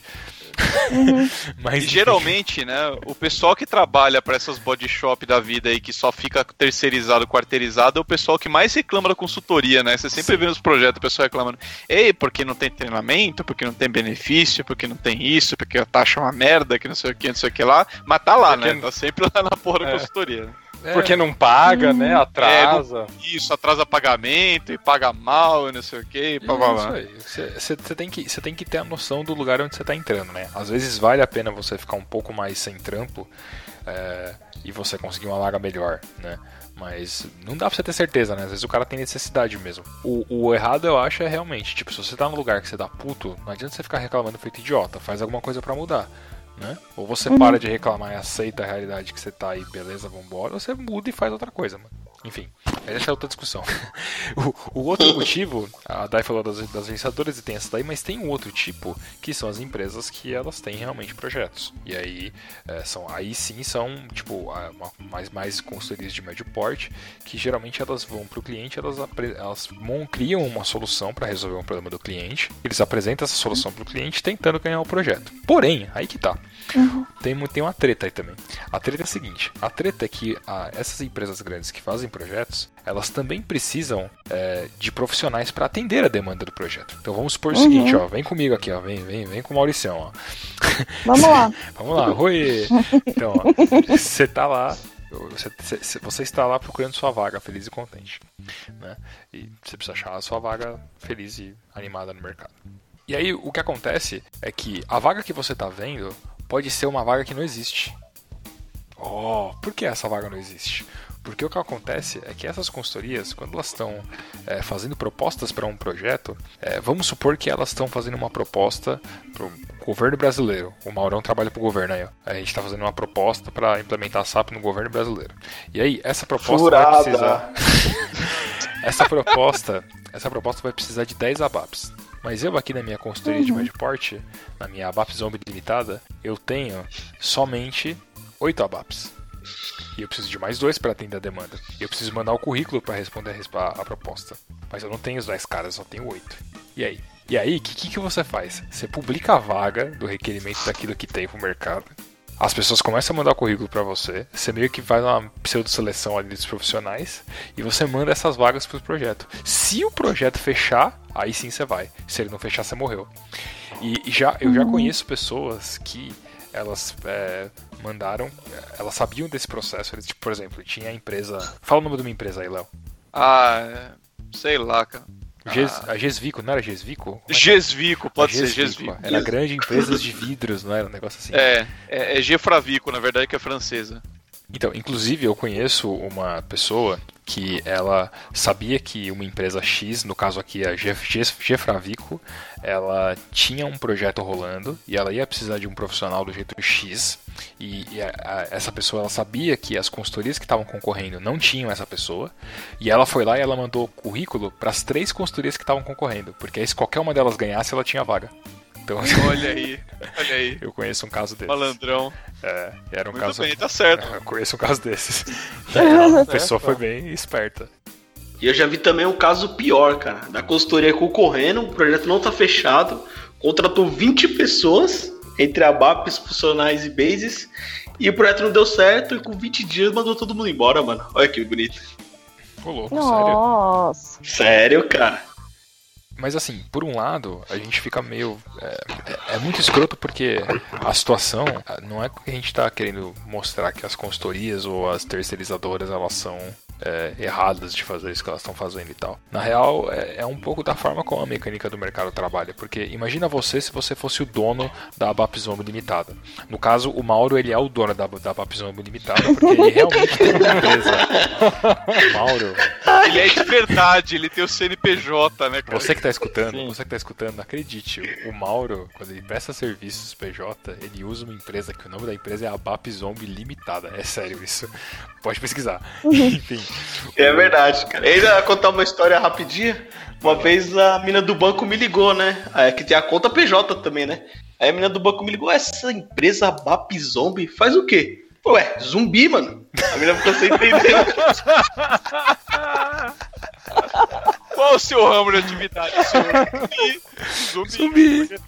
Mas, E geralmente, né, o pessoal que trabalha para essas body shop da vida aí, que só fica terceirizado, quarteirizado, é o pessoal que mais reclama da consultoria, né? Você sempre vê nos projetos o pessoal reclamando, ei, porque não tem treinamento, porque não tem benefício, porque não tem isso, porque a taxa é uma merda, que não sei o que, não sei o que lá, mas tá lá, Porque- né? Tá sempre lá na porra da É. consultoria. Né? é, Porque não paga, né? Atrasa. Isso, atrasa pagamento e paga mal e não sei o que, blá blá blá. Você tem, que- cê tem que ter a noção do lugar onde você tá entrando, né? Às vezes vale a pena você ficar um pouco mais sem trampo é, e você conseguir uma vaga melhor, né? Mas não dá pra você ter certeza, né? Às vezes o cara tem necessidade mesmo. O, o errado, eu acho, é realmente, tipo, se você tá num lugar que você dá puto, não adianta você ficar reclamando feito idiota, faz alguma coisa pra mudar. Né? Ou você para de reclamar e aceita a realidade que você tá aí, beleza, vambora, ou você muda e faz outra coisa, mano. Enfim, essa é outra discussão. o, o outro motivo, a Dai falou das, das agenciadoras e tem essa daí, mas tem um outro tipo, que são as empresas que elas têm realmente projetos. E aí, é, são, aí sim são, tipo, a- uma- mais, mais consultorias de médio porte, que geralmente elas vão pro cliente, elas, apre- elas mon- criam uma solução para resolver um problema do cliente, eles apresentam essa solução pro cliente tentando ganhar o projeto. Porém, aí que tá. Tem, mu- tem uma treta aí também. A treta é a seguinte: a treta é que ah, essas empresas grandes que fazem projetos, elas também precisam é, de profissionais para atender a demanda do projeto. Então vamos supor o seguinte, ó, vem comigo aqui, ó, vem, vem, vem com o Mauricião, ó. Vamos lá. Vamos lá, oi! Então, ó, você tá lá, você, você- você está lá procurando sua vaga, feliz e contente, né? E você precisa achar a sua vaga feliz e animada no mercado. E aí, o que acontece é que a vaga que você tá vendo pode ser uma vaga que não existe. Oh, por que essa vaga não existe? Porque o que acontece é que essas consultorias, quando elas estão é, fazendo propostas para um projeto, é, vamos supor que elas estão fazendo uma proposta para o governo brasileiro. O Maurão trabalha para o governo aí, ó. A gente está fazendo uma proposta para implementar a S A P no governo brasileiro. E aí, essa proposta Furada. vai precisar... essa proposta, essa proposta vai precisar de dez ABAPs. Mas eu aqui na minha consultoria de médio porte, na minha ABAP Zombie limitada, eu tenho somente oito ABAPs. E eu preciso de mais dois para atender a demanda. E eu preciso mandar o currículo para responder a, resp- a proposta. Mas eu não tenho os dez caras, eu só tenho oito. E aí? E aí, o que, que, que você faz? Você publica a vaga do requerimento daquilo que tem pro mercado. As pessoas começam a mandar o currículo pra você. Você meio que faz uma pseudo-seleção ali dos profissionais. E você manda essas vagas pro projeto. Se o projeto fechar, aí sim você vai. Se ele não fechar, você morreu. E já, eu já conheço pessoas que elas é, mandaram... Elas sabiam desse processo. Eles, tipo, por exemplo, tinha a empresa... Fala o nome de uma empresa aí, Léo. Ah, sei lá, cara. Ges, ah. A Gesvico, não era Gesvico? Gesvico, pode Gesvico, ser Gesvico. Era grande empresas de vidros, não era um negócio assim? É, é, é Gefravico, na verdade, que é francesa. Então, inclusive eu conheço uma pessoa que ela sabia que uma empresa X, no caso aqui a Gefravico, ela tinha um projeto rolando e ela ia precisar de um profissional do jeito X. E, e a, a, essa pessoa ela sabia que as consultorias que estavam concorrendo não tinham essa pessoa. E ela foi lá e ela mandou currículo para as três consultorias que estavam concorrendo. Porque aí se qualquer uma delas ganhasse, ela tinha vaga. Então, olha aí, olha aí. Eu conheço um caso desses. Malandrão. É, era um Muito caso. bem, tá certo. Eu conheço um caso desses. Então, a pessoa foi bem esperta. E eu já vi também um caso pior, cara. Da consultoria concorrendo, o projeto não tá fechado, contratou vinte pessoas, entre ABAPs, funcionais e bases, e o projeto não deu certo, e com vinte dias mandou todo mundo embora, mano. Olha que bonito. Ô, louco, Nossa. sério? Sério, cara. Mas assim, por um lado, a gente fica meio... É, é, é muito escroto porque a situação não é que a gente tá querendo mostrar que as consultorias ou as terceirizadoras, elas são é, erradas de fazer isso que elas estão fazendo e tal. Na real, é, é um pouco da forma como a mecânica do mercado trabalha. Porque imagina você se você fosse o dono da Abapzombo Limitada. No caso, o Mauro, ele é o dono da, da Abapzombo Limitada, porque ele realmente tem uma empresa. O Mauro... Ele é de verdade, ele tem o C N P J, né, cara? Você que tá escutando, Sim. você que tá escutando, acredite, o Mauro, quando ele presta serviços P J, ele usa uma empresa que o nome da empresa é Abapzombo Limitada. É sério isso. Pode pesquisar. Enfim. É verdade, cara. E ainda contar uma história rapidinha. Uma vez a mina do banco me ligou, né? É, que tem a conta P J também, né? Aí a mina do banco me ligou, essa empresa Abapzombo faz o quê? Ué, zumbi, mano. A mina ficou sem entender. Qual o seu ramo de atividade, senhor? Zumbi. Zumbi.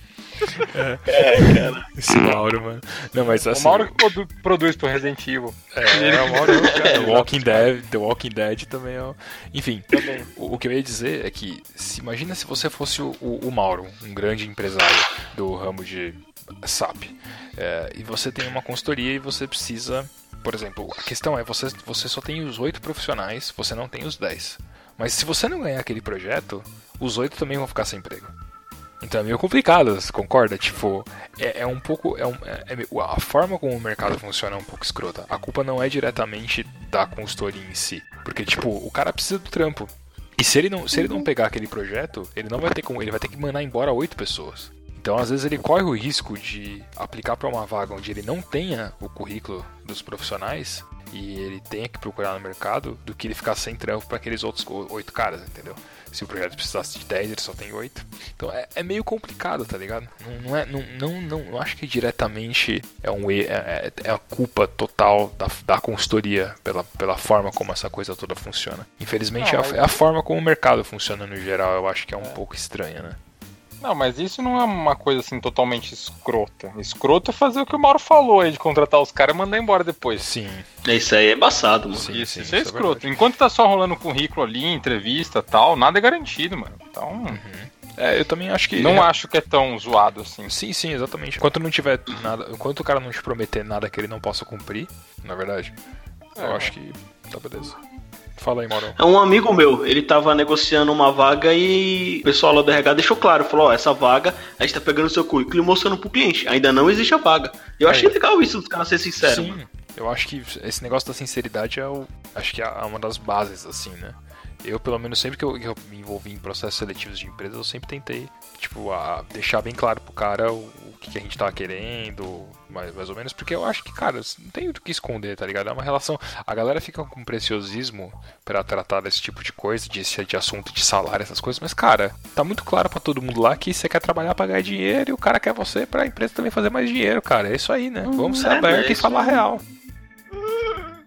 É, cara. Esse Mauro, mano. Não, mas assim. O Mauro que produ- produz pro Resident Evil. É, é o Mauro, é, The Walking Dead, The Walking Dead também é. Enfim, Também. o, o que eu ia dizer é que, se, imagina se você fosse o, o, o Mauro, um grande empresário do ramo de S A P, é, e você tem uma consultoria e você precisa. Por exemplo, a questão é, você, você só tem os oito profissionais, você não tem os dez. Mas se você não ganhar aquele projeto, os oito também vão ficar sem emprego. Então é meio complicado, você concorda? Tipo, é, é um pouco... É um, é, é, a forma como o mercado funciona é um pouco escrota. A culpa não é diretamente da consultoria em si. Porque, tipo, o cara precisa do trampo. E se ele não, se ele não pegar aquele projeto, ele não vai ter como... Ele vai ter que mandar embora oito pessoas. Então, às vezes, ele corre o risco de aplicar para uma vaga onde ele não tenha o currículo dos profissionais e ele tenha que procurar no mercado, do que ele ficar sem trampo para aqueles outros oito caras, entendeu? Se o projeto precisasse de dez, ele só tem oito. Então é, é meio complicado, tá ligado? Não, não, é, não, não, não, não acho que diretamente é, um, é, é, é a culpa total da, da consultoria pela, pela forma como essa coisa toda funciona. Infelizmente Não, é, a, é a forma como o mercado funciona no geral, eu acho que é um é. pouco estranha, né? Não, mas isso não é uma coisa assim totalmente escrota. Escroto é fazer o que o Mauro falou aí, de contratar os caras e mandar embora depois. Sim. Isso aí é embaçado, mano. Sim, Isso, sim, isso é isso é escroto. verdade. Enquanto tá só rolando currículo ali, entrevista e tal, nada é garantido, mano. Então, Uhum. É, eu também acho que... não é... acho que é tão zoado assim. Sim, sim, exatamente. Enquanto não tiver nada... Enquanto o cara não te prometer nada que ele não possa cumprir, na verdade, É. eu acho que tá beleza. Fala aí, Mauro. É um amigo meu, ele tava negociando uma vaga e o pessoal lá do R H deixou claro, falou, ó, essa vaga, a gente tá pegando o seu currículo e mostrando pro cliente, ainda não existe a vaga. Eu É. achei legal isso, dos caras ser sinceros. Sim, eu acho que esse negócio da sinceridade é o... Acho que é uma das bases, assim, né? Eu, pelo menos, sempre que eu, que eu me envolvi em processos seletivos de empresas, eu sempre tentei, tipo, a deixar bem claro pro cara o, o que, que a gente tava querendo, mais, mais ou menos, porque eu acho que, cara, não tem muito o que esconder, tá ligado? É uma relação... A galera fica com preciosismo pra tratar desse tipo de coisa, de, de assunto de salário, essas coisas, mas, cara, tá muito claro pra todo mundo lá que você quer trabalhar pra ganhar dinheiro e o cara quer você pra empresa também fazer mais dinheiro, cara. É isso aí, né? Vamos ser é, abertos é e falar a real.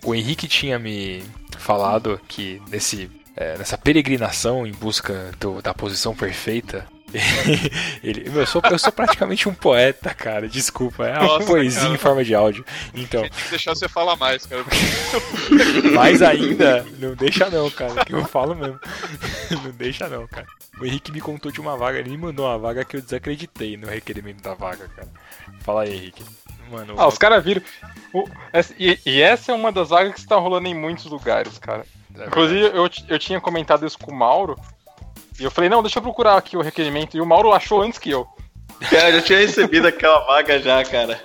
O Henrique tinha me falado que nesse, é, nessa peregrinação em busca do, da posição perfeita, ele, meu, eu, sou, eu sou praticamente um poeta, cara. Desculpa, é uma Nossa, poesia cara. em forma de áudio. Então, Tem que deixar você falar mais, cara. mais ainda, não deixa não, cara, que eu falo mesmo. Não deixa não, cara. O Henrique me contou de uma vaga, ele me mandou uma vaga que eu desacreditei no requerimento da vaga, cara. Fala aí, Henrique. Mano, Ah, os caras viram. O- essa- e, e essa é uma das vagas que está rolando em muitos lugares, cara. é Inclusive, eu, t- eu tinha comentado isso com o Mauro. E eu falei, não, deixa eu procurar aqui o requerimento. E o Mauro achou antes que eu. Cara, eu já tinha recebido aquela vaga já, cara.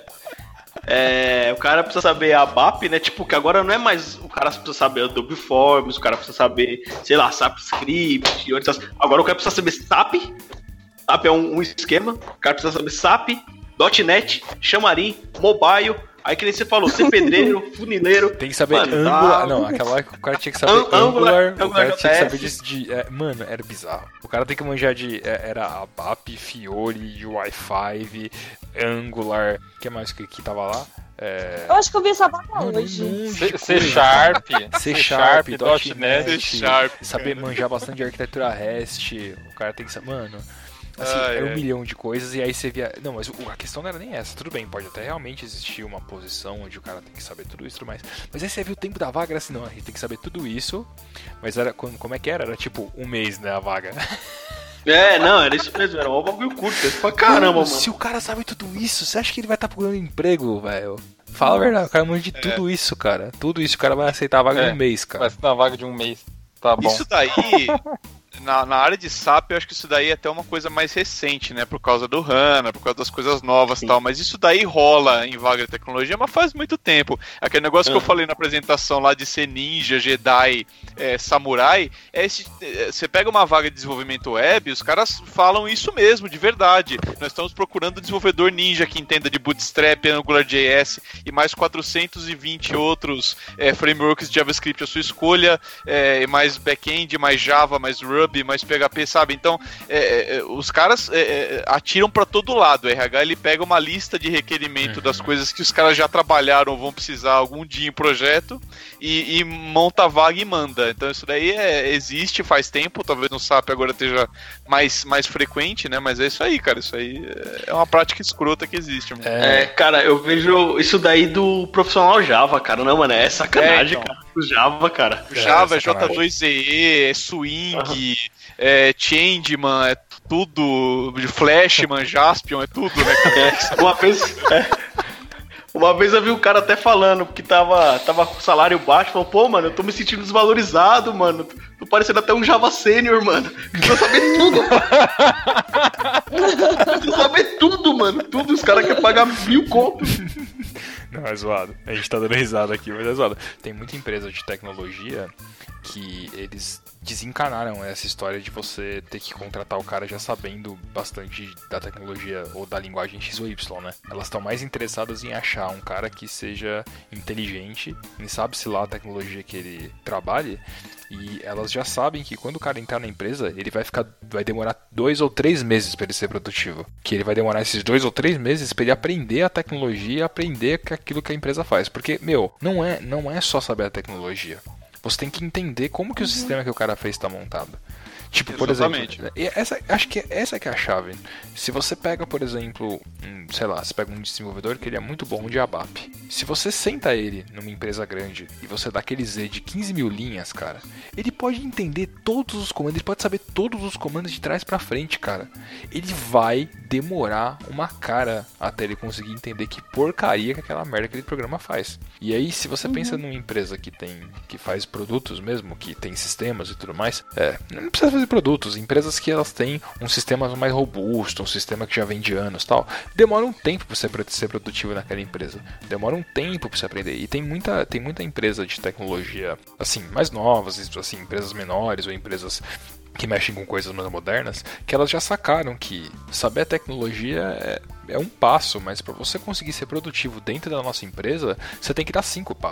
É, o cara precisa saber a B A P, né? Tipo, que agora não é mais. O cara precisa saber Adobe Forms, o cara precisa saber, sei lá, SAP Script e outras. Agora o cara precisa saber SAP. SAP é um, um esquema. O cara precisa saber SAP, .NET, Xamarin, Mobile. Aí que nem você falou, ser pedreiro, funileiro. Tem que saber Mano, Angular. tá- Não, aquela hora que o cara tinha que saber An- Angular. Angular, O cara Angular tinha que saber J S. de. de é, mano, era bizarro. O cara tem que manjar de. é, Era a B A P, Fiori, U I cinco, Angular. O que mais que, que tava lá? É... Eu acho que eu vi essa vaga Mano, hoje. um monte C, de C coisa. Sharp. C Sharp, .NET. .NET, C Sharp, saber cara. manjar bastante de arquitetura REST, o cara tem que saber, mano, assim, Ai, era um ai. milhão de coisas e aí você via, não, mas o- a questão não era nem essa, tudo bem, pode até realmente existir uma posição onde o cara tem que saber tudo isso, mas, mas aí você viu o tempo da vaga, era assim, não, a gente tem que saber tudo isso, mas era, como como é que era? Era tipo um mês, né, a vaga. É, não, era isso mesmo, era um bagulho curto. Eu falei, caramba, mano. Se o cara sabe tudo isso, você acha que ele vai estar procurando emprego, velho? Fala a verdade, o cara manja de tudo isso, cara, tudo isso, o cara vai aceitar a vaga É, em um mês, cara. Vai ser na vaga de um mês. Tá bom. Isso daí, na, na área de SAP, eu acho que isso daí é até uma coisa mais recente, né? Por causa do HANA, por causa das coisas novas e tal. Mas isso daí rola em vaga de tecnologia, mas faz muito tempo. Aquele negócio que eu Uhum. falei na apresentação lá de ser ninja, Jedi, é, samurai, é esse, é, você pega uma vaga de desenvolvimento web, os caras falam isso mesmo, de verdade. Nós estamos procurando um desenvolvedor ninja que entenda de Bootstrap, AngularJS e mais quatrocentos e vinte outros é, frameworks de JavaScript à sua escolha, é, mais back-end, mais Java, mais Ruby, mais P H P, sabe? Então, é, é, os caras é, é, atiram para todo lado. O R H ele pega uma lista de requerimento Uhum. das coisas que os caras já trabalharam ou vão precisar algum dia em projeto e, e monta a vaga e manda. Então, isso daí é, existe faz tempo, talvez no SAP agora esteja mais, mais frequente, né? Mas é isso aí, cara. Isso aí é uma prática escrota que existe, mano. É, É, cara, eu vejo isso daí do profissional Java, cara. Não, mano, é sacanagem, É, então. cara. O Java, cara. Java, é J sacanagem. dois E E, é Swing, é Changeman, é tudo, de Flashman, Jaspion, é tudo, né, cara? É, uma vez. é, uma vez eu vi um cara até falando que tava, tava com salário baixo, falou, pô, mano, eu tô me sentindo desvalorizado, mano. Tô parecendo até um Java Sênior, mano. Precisa saber tudo. Precisa saber tudo, mano. Tudo. Os caras querem pagar mil contos. Não, é zoado. A gente tá dando risada aqui, mas é zoado. Tem muita empresa de tecnologia que eles desencanaram essa história de você ter que contratar o cara já sabendo bastante da tecnologia ou da linguagem X ou Y, né? Elas estão mais interessadas em achar um cara que seja inteligente, e sabe-se lá a tecnologia que ele trabalhe, e elas já sabem que quando o cara entrar na empresa, ele vai ficar, vai demorar dois ou três meses para ele ser produtivo. Que ele vai demorar esses dois ou três meses para ele aprender a tecnologia e aprender aquilo que a empresa faz. Porque, meu, não é, não é só saber a tecnologia. Você tem que entender como que o sistema que o cara fez está montado. Tipo, por Exatamente. exemplo, e essa, acho que essa que é a chave. Se você pega, por exemplo, um, sei lá, você pega um desenvolvedor que ele é muito bom de A B A P. Se você senta ele numa empresa grande e você dá aquele Z de quinze mil linhas, cara, ele pode entender todos os comandos, ele pode saber todos os comandos de trás pra frente, cara. Ele vai demorar uma cara até ele conseguir entender que porcaria que aquela merda que aquele programa faz. E aí, se você pensa numa empresa que tem, que faz produtos mesmo, que tem sistemas e tudo mais, é, não precisa fazer produtos, empresas que elas têm um sistema mais robusto, um sistema que já vem de anos, tal, demora um tempo para você ser produtivo naquela empresa, demora um tempo para você aprender. E tem muita, tem muita empresa de tecnologia assim mais novas, assim empresas menores ou empresas que mexem com coisas mais modernas, que elas já sacaram que saber a tecnologia é, é um passo, mas para você conseguir ser produtivo dentro da nossa empresa, você tem que dar cinco passos.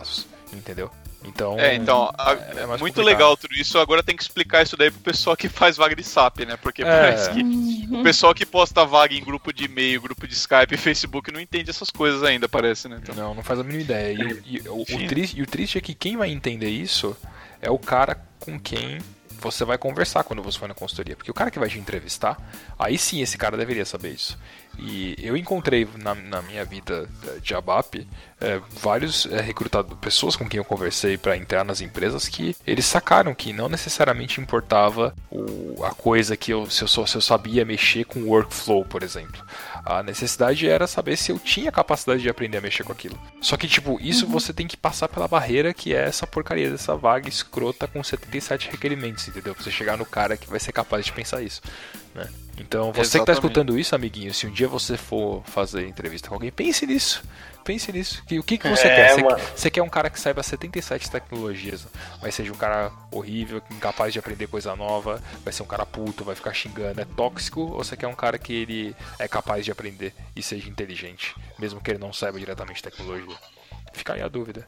entendeu? Então, É, então, a- é mais muito complicado. legal tudo isso. Agora tem que explicar isso daí pro pessoal que faz vaga de S A P, né? Porque É. parece que o pessoal que posta vaga em grupo de e-mail, grupo de Skype e Facebook não entende essas coisas ainda, parece, né? Então, Não, não faz a mínima ideia. E, o- e o, o Enfim. triste, e o triste é que quem vai entender isso é o cara com quem você vai conversar quando você for na consultoria. Porque o cara que vai te entrevistar, aí sim esse cara deveria saber isso. E eu encontrei na, na minha vida de ABAP é, vários é, recrutadores, pessoas com quem eu conversei para entrar nas empresas que eles sacaram que não necessariamente importava o, a coisa que eu se, eu só, se eu sabia mexer com workflow, por exemplo. A necessidade era saber se eu tinha capacidade de aprender a mexer com aquilo. Só que, tipo, isso você tem que passar pela barreira que é essa porcaria dessa vaga escrota com setenta e sete requerimentos, entendeu? Pra você chegar no cara que vai ser capaz de pensar isso, né? Então, você que tá Exatamente. escutando isso, amiguinho, se um dia você for fazer entrevista com alguém, pense nisso. Pense nisso. Que- O que, que você É, quer? Você, mano. você quer um cara que saiba setenta e sete tecnologias, mas seja um cara horrível, incapaz de aprender coisa nova, vai ser um cara puto, vai ficar xingando, é tóxico? Ou você quer um cara que ele é capaz de aprender e seja inteligente, mesmo que ele não saiba diretamente tecnologia? Fica aí a dúvida.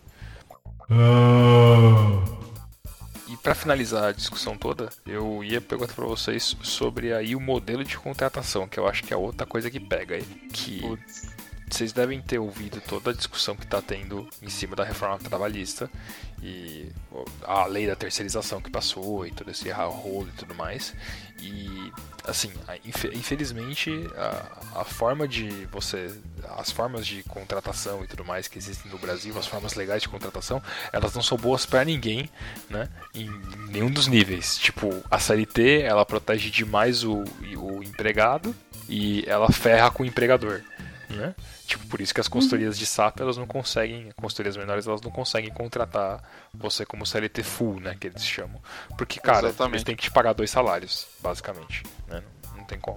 E para finalizar a discussão toda, eu ia perguntar para vocês sobre aí o modelo de contratação, que eu acho que é outra coisa que pega aí, que vocês devem ter ouvido toda a discussão que está tendo em cima da reforma trabalhista e a lei da terceirização que passou e todo esse rolo e tudo mais. E assim, a- infe- infelizmente a, a forma de você, as formas de contratação e tudo mais que existem no Brasil, as formas legais de contratação, elas não são boas para ninguém, né? Em nenhum dos níveis. Tipo, a C L T ela protege demais o, o empregado e ela ferra com o empregador, né? Tipo, por isso que as consultorias de S A P elas não conseguem, consultorias menores elas não conseguem contratar você como C L T full, né, que eles chamam. Porque, cara, Exatamente. eles têm que te pagar dois salários, basicamente, né? Não, não tem como.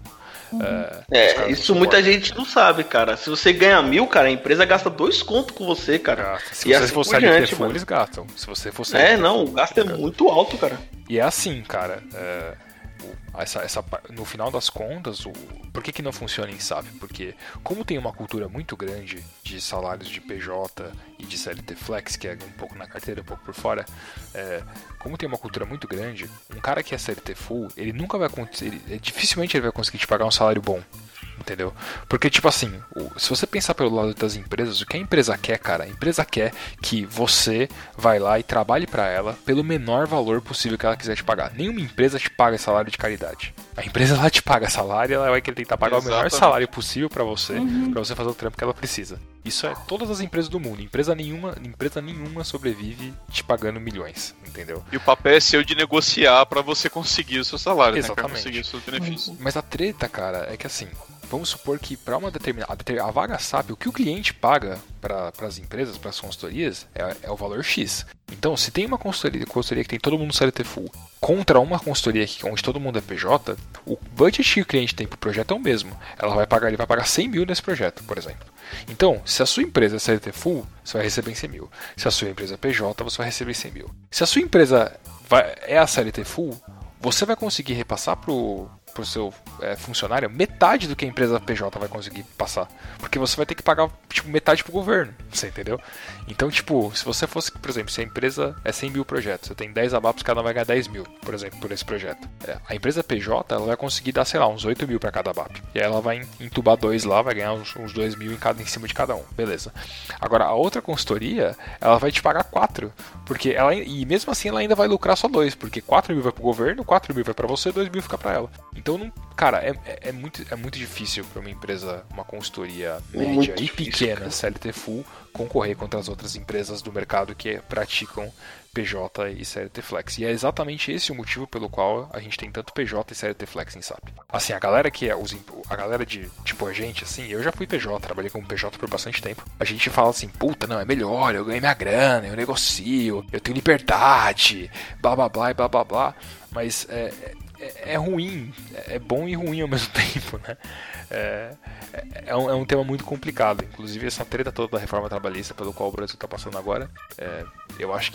É, os É, caras isso não muita suportam. gente não sabe, cara. Se você ganha mil, cara, a empresa gasta dois contos com você, cara. Gasta. Se E você assim for por C L T diante, full, mano. eles gastam. Se você for C É, L T não, full, o gasto é eles gastam. muito alto, cara. E é assim, cara. é, o- essa, essa, pa- no final das contas, o, por que, que não funciona em S A P? Porque, como tem uma cultura muito grande de salários de P J e de C L T Flex, que é um pouco na carteira, um pouco por fora, é, como tem uma cultura muito grande, um cara que é C L T full, ele nunca vai acontecer. Ele, é, dificilmente ele vai conseguir te pagar um salário bom. Entendeu? Porque, tipo assim, o- se você pensar pelo lado das empresas, o que a empresa quer, cara? A empresa quer que você vai lá e trabalhe pra ela pelo menor valor possível que ela quiser te pagar. Nenhuma empresa te paga salário de caridade. A empresa lá te paga salário e ela vai querer tentar pagar o menor Exatamente. salário possível pra você, pra você fazer o trampo que ela precisa. Isso é todas as empresas do mundo. Empresa nenhuma, empresa nenhuma sobrevive te pagando milhões, entendeu? E o papel é seu de negociar pra você conseguir o seu salário, né? Pra Exatamente. conseguir os seus benefícios. Mas a treta, cara, é que assim, vamos supor que para uma determinada a deter- a vaga S A P, o que o cliente paga para as empresas, para as consultorias, é, é o valor X. Então, se tem uma consultoria, consultoria que tem todo mundo C L T full contra uma consultoria que, onde todo mundo é P J, o budget que o cliente tem pro projeto é o mesmo. Ela vai pagar, ele vai pagar cem mil nesse projeto, por exemplo. Então, se a sua empresa é C L T full, você vai receber cem mil. Se a sua empresa é P J, você vai receber cem mil. Se a sua empresa vai- é a C L T full, você vai conseguir repassar pro, pro seu é, funcionário metade do que a empresa P J vai conseguir passar. Porque você vai ter que pagar tipo, metade pro governo, você entendeu? Então, tipo, se você fosse, por exemplo, se a empresa é cem mil projetos, você tem dez ABAPs, cada um vai ganhar dez mil, por exemplo, por esse projeto. É, a empresa P J, ela vai conseguir dar, sei lá, uns oito mil para cada ABAP. E aí ela vai entubar dois lá, vai ganhar uns, uns dois mil em, cada, em cima de cada um, beleza. Agora, a outra consultoria, ela vai te pagar quatro, porque ela, e mesmo assim ela ainda vai lucrar só dois, porque quatro mil vai pro governo, quatro mil vai para você, dois mil fica para ela. Então, não, cara, é, é, é muito, é muito difícil para uma empresa, uma consultoria média Muito e difícil, pequena, cara. C L T full, concorrer contra as outras empresas do mercado que praticam P J e C L T Flex. E é exatamente esse o motivo pelo qual a gente tem tanto P J e C L T Flex em S A P. Assim, a galera que é os, a galera de tipo a gente, assim, eu já fui P J, trabalhei como P J por bastante tempo. A gente fala assim, puta, não, é melhor, eu ganho minha grana, eu negocio, eu tenho liberdade, blá blá blá e blá blá blá. Mas é, é, é ruim, é bom e ruim ao mesmo tempo, né? É, é, um, é um tema muito complicado. Inclusive, essa treta toda da reforma trabalhista pelo qual o Brasil está passando agora, é, eu acho que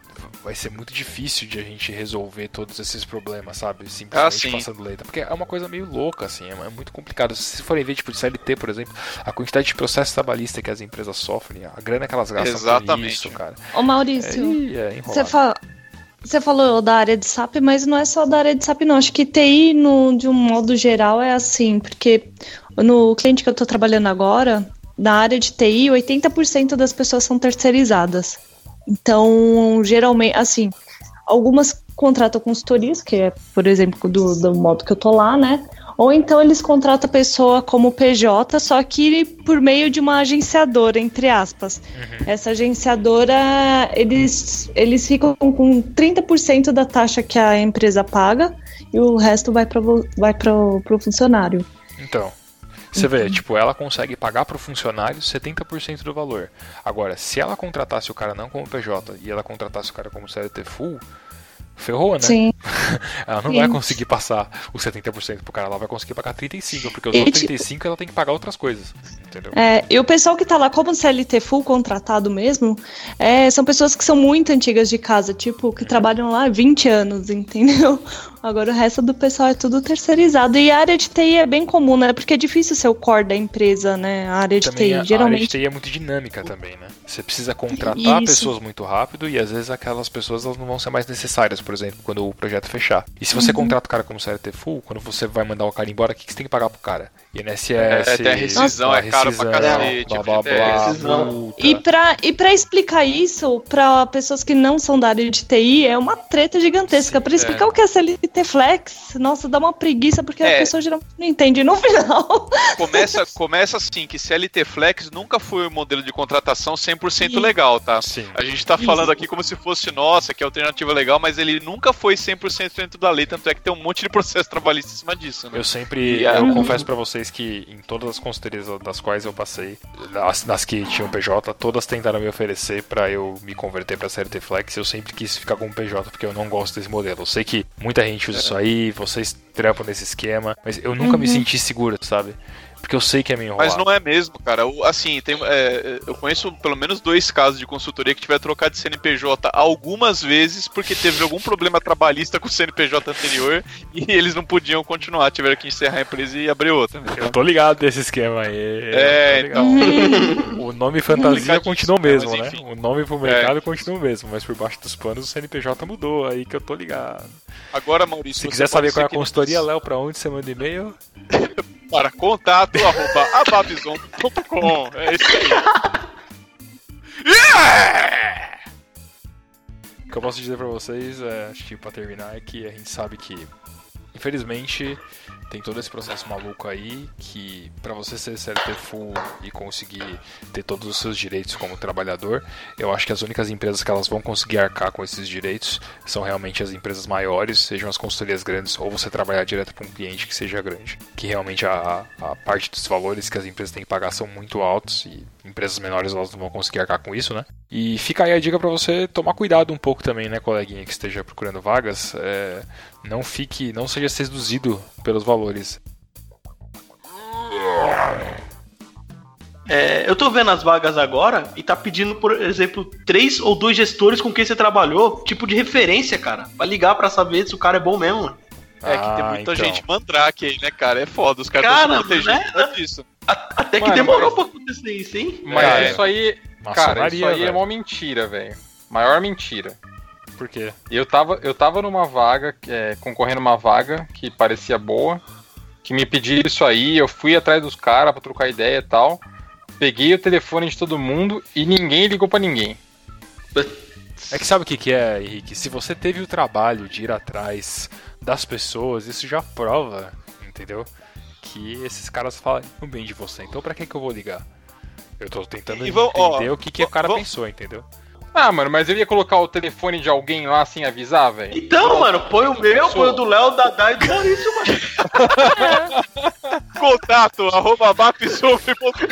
vai ser muito difícil de a gente resolver todos esses problemas, sabe? Simplesmente ah, passando lei. Porque é uma coisa meio louca, assim, é muito complicado. Se vocês forem ver, tipo, de C L T, por exemplo, a quantidade de processo trabalhista que as empresas sofrem, a grana que elas gastam Exatamente. com isso, cara. Ô Maurício, é, é você fala... Você falou da área de S A P, mas não é só da área de S A P, não. Acho que T I, no, de um modo geral, é assim, porque no cliente que eu tô trabalhando agora, na área de T I, oitenta por cento das pessoas são terceirizadas. Então, geralmente, assim, algumas contratam consultorias, que é, por exemplo, do, do modo que eu tô lá, né? Ou então eles contratam a pessoa como P J, só que por meio de uma agenciadora, entre aspas. Uhum. Essa agenciadora, eles, eles ficam com trinta por cento da taxa que a empresa paga e o resto vai para vai pro, pro funcionário. Então, você vê, tipo, ela consegue pagar pro funcionário setenta por cento do valor. Agora, se ela contratasse o cara não como P J e ela contratasse o cara como C L T full, ferrou, né? Sim. Ela não Sim. vai conseguir passar os setenta por cento pro cara, ela vai conseguir pagar trinta e cinco por cento, porque os E, outros tipo, trinta e cinco por cento ela tem que pagar outras coisas, entendeu? É, e o pessoal que tá lá como C L T full contratado mesmo, é, são pessoas que são muito antigas de casa, tipo, que trabalham lá há vinte anos, entendeu? Agora o resto do pessoal é tudo terceirizado. E a área de T I é bem comum, né? Porque é difícil ser o core da empresa, né? A área de Também T I, a, geralmente... a área de T I é muito dinâmica também, né? Você precisa contratar Isso. pessoas muito rápido e às vezes aquelas pessoas elas não vão ser mais necessárias, por exemplo, quando o projeto fechar. E se você uhum. contrata o cara como C L T full, quando você vai mandar o cara embora, o que você tem que pagar pro cara? I N S S... É, até a rescisão é caro pra cacete. Blá, blá, blá, blá, e, pra, e pra explicar isso pra pessoas que não são da área de T I, é uma treta gigantesca. Sim, pra explicar é. o que é C L T Flex, nossa, dá uma preguiça, porque é. a pessoa geralmente não entende no final. Começa, começa assim, que C L T Flex nunca foi um modelo de contratação cem por cento Sim. legal, tá? Sim. A gente tá falando Isso. aqui como se fosse, nossa, que alternativa legal, mas ele nunca foi cem por cento dentro da lei, tanto é que tem um monte de processo trabalhista em cima disso, né? Eu sempre, eu uhum. confesso pra vocês que em todas as consultorias das quais eu passei, nas, nas que tinham P J, todas tentaram me oferecer pra eu me converter pra C L T Flex, eu sempre quis ficar como P J, porque eu não gosto desse modelo. Eu sei que muita gente usa é. isso aí, vocês trampam nesse esquema, mas eu nunca uhum. me senti seguro, sabe? Porque eu sei que é meio enrolado. Mas não é mesmo, cara. Assim, tem, é, eu conheço pelo menos dois casos de consultoria que tiveram trocado de C N P J algumas vezes porque teve algum problema trabalhista com o C N P J anterior e eles não podiam continuar, tiveram que encerrar a empresa e abrir outra. Né? Eu tô ligado desse esquema aí. É, então. O nome fantasia continua o mesmo, né? O nome pro mercado é. continua o mesmo, mas por baixo dos panos o C N P J mudou, aí que eu tô ligado. Agora, Maurício, se quiser saber qual é a consultoria, Léo, pra onde você manda e-mail? Para contato arroba ababzon ponto com. É isso aí. Yeah! O que eu posso dizer pra vocês, é, acho que pra terminar, é que a gente sabe que, infelizmente, tem todo esse processo maluco aí, que pra você ser C L T full e conseguir ter todos os seus direitos como trabalhador, eu acho que as únicas empresas que elas vão conseguir arcar com esses direitos são realmente as empresas maiores, sejam as consultorias grandes, ou você trabalhar direto para um cliente que seja grande. Que realmente a, a parte dos valores que as empresas têm que pagar são muito altos e empresas menores elas não vão conseguir arcar com isso, né? E fica aí a dica para você tomar cuidado um pouco também, né, coleguinha que esteja procurando vagas, é, não fique, não seja seduzido pelos valores. É, eu tô vendo as vagas agora e tá pedindo, por exemplo, três ou dois gestores com quem você trabalhou, tipo de referência, cara, pra ligar pra saber se o cara é bom mesmo. É que tem Ah, muita então. gente mandrake aí, né, cara? É foda, os caras Cara, estão se protegendo né? disso. A- Até que Mano, demorou mas- pra acontecer isso, hein? Mas É. isso aí, cara, Maçonaria, isso aí é velho. uma mentira, velho. Maior mentira. Por quê? Eu tava, eu tava numa vaga, é, concorrendo uma vaga que parecia boa, que me pediram isso aí, eu fui atrás dos caras pra trocar ideia e tal, peguei o telefone de todo mundo e ninguém ligou pra ninguém. É que sabe o que, que é, Henrique? Se você teve o trabalho de ir atrás das pessoas, isso já prova, entendeu? Que esses caras falam bem de você. Então pra que, que eu vou ligar? Eu tô tentando E vão- entender ó, o que, que o cara vão- pensou, entendeu? Ah, mano, mas eu ia colocar o telefone de alguém lá sem avisar, velho? Então, mano, põe o meu, põe o do Léo, da Dai e do Maurício, mano. Contato arroba ababzon ponto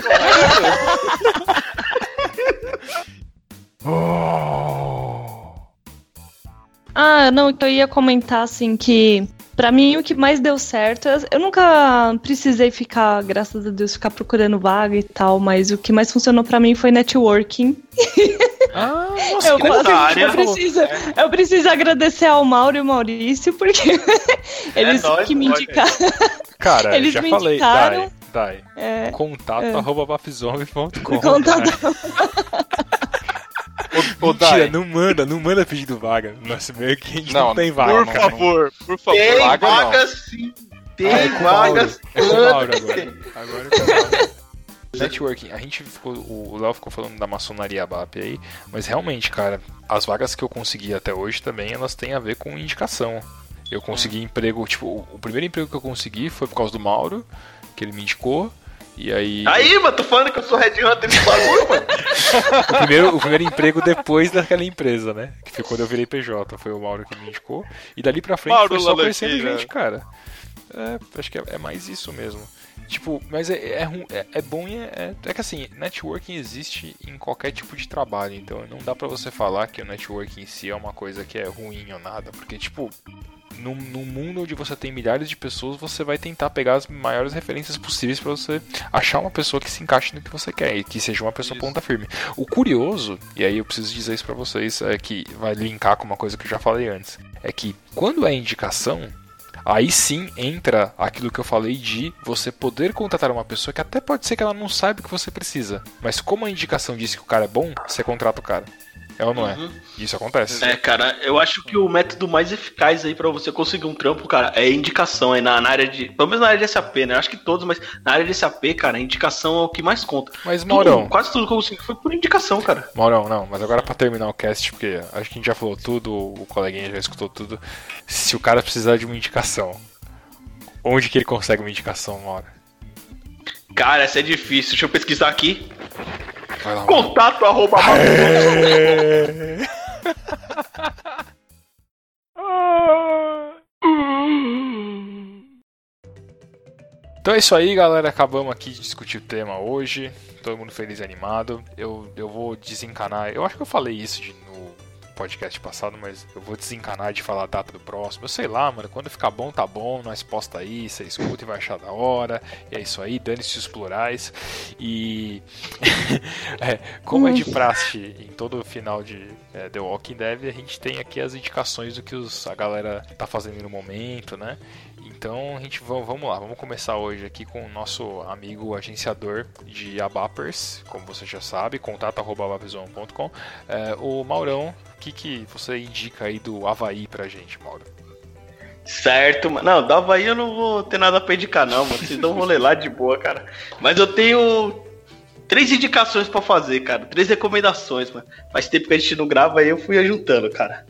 com. Ah, não, eu ia comentar assim que pra mim o que mais deu certo, eu- eu nunca precisei ficar, graças a Deus, ficar procurando vaga e tal, mas o que mais funcionou pra mim foi networking. Ah, nossa, Eu, que gosto, área. eu, preciso, eu preciso agradecer ao Mauro e ao Maurício, porque eles nóis, que me nóis. indicaram. Cara, Eles já me falei, indicaram. Dai, Dai. É, Contato é. arroba bafzombie ponto com. Contato. Ô, ô, Mentira, Dai, não manda, não manda pedido vaga. Nossa, meio que a gente não, Não, tem vaga. Por não, favor, por favor. Tem vaga não. vagas sim. Tem Ah, é com o Mauro. vagas. É com o Mauro manda. agora. Agora é com o Mauro. Networking, a gente ficou, o Léo ficou falando da maçonaria B A P aí, mas realmente, cara, as vagas que eu consegui até hoje também, elas têm a ver com indicação. Eu consegui emprego, tipo, o, o primeiro emprego que eu consegui foi por causa do Mauro, que ele me indicou, e aí... Aí, mano, tô falando que eu sou Red Hunter desse bagulho, mano. O primeiro, o primeiro emprego depois daquela empresa, né? Que foi quando eu virei P J, foi o Mauro que me indicou, e dali pra frente Mauro foi só Lalequeira. conhecendo gente, cara. É, acho que é, é mais isso mesmo. Tipo, mas é, é, ru- é, é bom e é, é. É que assim, networking existe em qualquer tipo de trabalho, então não dá pra você falar que o networking em si é uma coisa que é ruim ou nada, porque, tipo, num, num mundo onde você tem milhares de pessoas, você vai tentar pegar as maiores referências possíveis pra você achar uma pessoa que se encaixe no que você quer e que seja uma pessoa ponta firme. O curioso, e aí eu preciso dizer isso pra vocês, é que vai linkar com uma coisa que eu já falei antes, é que quando é indicação. Aí sim entra aquilo que eu falei de você poder contratar uma pessoa que até pode ser que ela não saiba o que você precisa. Mas como a indicação disse que o cara é bom, você contrata o cara. É ou não é? Uhum. Isso acontece. É, cara, eu acho que o método mais eficaz aí pra você conseguir um trampo, cara, é indicação aí na, na área de. Pelo menos na área de S A P, né? Eu acho que todos, mas na área de S A P, cara, a indicação é o que mais conta. Mas, Tudo, Maurão, quase tudo que eu consegui foi por indicação, cara. Maurão, não, mas agora pra terminar o cast, porque acho que a gente já falou tudo, o coleguinha já escutou tudo. Se o cara precisar de uma indicação, onde que ele consegue uma indicação, Mauro? Cara, essa é difícil. Deixa eu pesquisar aqui. Vai lá, Mauro. Contato arroba. Então é isso aí, galera. Acabamos aqui de discutir o tema hoje. Todo mundo feliz e animado. Eu, eu vou desencanar. Eu acho que eu falei isso de, no podcast passado, mas eu vou desencanar de falar a data do próximo. Eu sei lá, mano. Quando ficar bom, tá bom. Nós posta aí, você escuta e vai achar da hora. E é isso aí. Dane-se os plurais. E. é, como é de praxe em todo final de é, The Walking Dead, a gente tem aqui as indicações do que os, a galera tá fazendo no momento, né? Então a gente vamos lá, vamos começar hoje aqui com o nosso amigo agenciador de ABAPers, como você já sabe, contato arroba abapzone ponto com. É, o Maurão, o que, que você indica aí do Havaí pra gente, Mauro? Certo, mano. Não, do Havaí eu não vou ter nada pra indicar, não, mano. Vocês dão um rolê lá de boa, cara. Mas eu tenho três indicações pra fazer, cara. Três recomendações, mano. Faz tempo que a gente não grava aí, eu fui ajuntando, cara.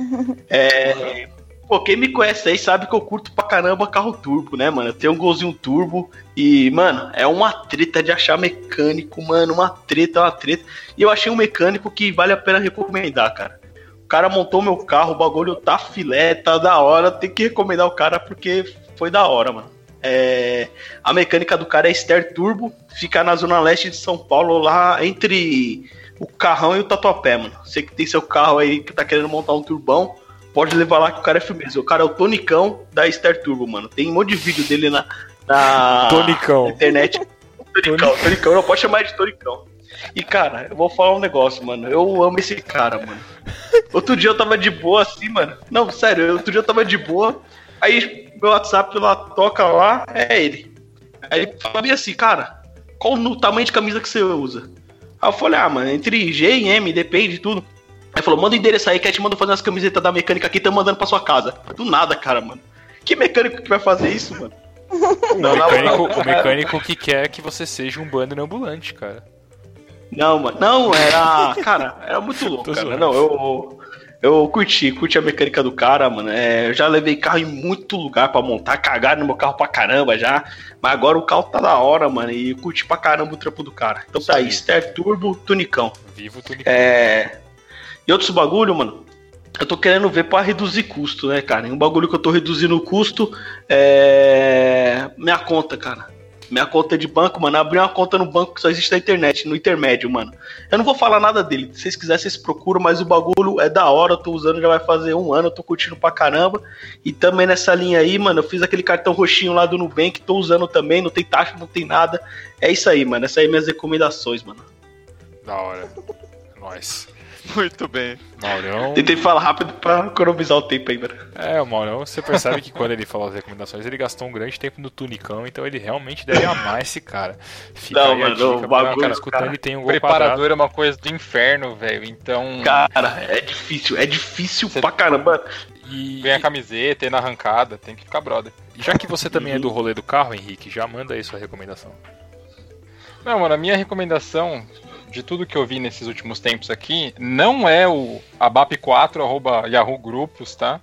É. Pô, quem me conhece aí sabe que eu curto pra caramba carro turbo, né, mano? Eu tenho um golzinho turbo e, mano, é uma treta de achar mecânico, mano, uma treta, uma treta. E eu achei um mecânico que vale a pena recomendar, cara. O cara montou meu carro, o bagulho tá filé, tá da hora, tem que recomendar o cara porque foi da hora, mano. É... A mecânica do cara é Ster Turbo, fica na zona leste de São Paulo, lá entre o Carrão e o Tatuapé, mano. Você que tem seu carro aí que tá querendo montar um turbão, pode levar lá que o cara é firmeza. O cara é o Tonicão da Ster Turbo, mano. Tem um monte de vídeo dele na, na Tonicão. internet. Tonicão, Tonicão, não pode chamar de Tonicão. E, cara, eu vou falar um negócio, mano. Eu amo esse cara, mano. Outro dia eu tava de boa assim, mano. Não, sério, outro dia eu tava de boa. Aí meu WhatsApp lá toca lá, é ele. Aí ele fala bem assim, cara, qual o tamanho de camisa que você usa? Aí eu falei, ah, mano, entre G e M, depende de tudo. Aí falou, manda o endereço aí que a gente manda fazer umas camisetas da mecânica aqui, tá mandando pra sua casa. Do nada, cara, mano. Que mecânico que vai fazer isso, mano? O, Não, mecânico, não, o mecânico que quer que você seja um banner ambulante, cara. Não, mano. Não, era... Cara, era muito louco, Tô cara. zoando. Não, eu... Eu curti, curti a mecânica do cara, mano. É, eu já levei carro em muito lugar pra montar, cagaram no meu carro pra caramba já. Mas agora o carro tá da hora, mano. E eu curti pra caramba o trampo do cara. Então tá aí, Ster Turbo, Tunicão. Vivo Tunicão. É... E outros bagulho, mano, eu tô querendo ver pra reduzir custo, né, cara? E um bagulho que eu tô reduzindo o custo é... Minha conta, cara. Minha conta de banco, mano, abri uma conta no banco que só existe na internet, no intermédio, mano. Eu não vou falar nada dele. Se vocês quiserem, vocês procuram, mas o bagulho é da hora, eu tô usando, já vai fazer um ano, eu tô curtindo pra caramba. E também nessa linha aí, mano, eu fiz aquele cartão roxinho lá do Nubank, tô usando também, não tem taxa, não tem nada. É isso aí, mano, essas aí minhas recomendações, mano. Da hora. Nóis. Muito bem. Maurão. Tentei falar rápido pra economizar o tempo aí, mano. É, o Maurão, você percebe que quando ele falou as recomendações, ele gastou um grande tempo no tunicão, então ele realmente deve amar esse cara. Fica Não, aí a mano, dica, o pra- bagulho, cara, escutando cara. ele tem um gol Preparador quadrado. é uma coisa do inferno, velho. Então, Cara, é difícil, é difícil Cê- pra caramba. E, ganha a camiseta, ir na arrancada, tem que ficar brother. e já que você também é do rolê do carro, Henrique, já manda aí sua recomendação. Não, mano, a minha recomendação de tudo que eu vi nesses últimos tempos aqui não é o abap quatro arroba yahoo grupos, tá?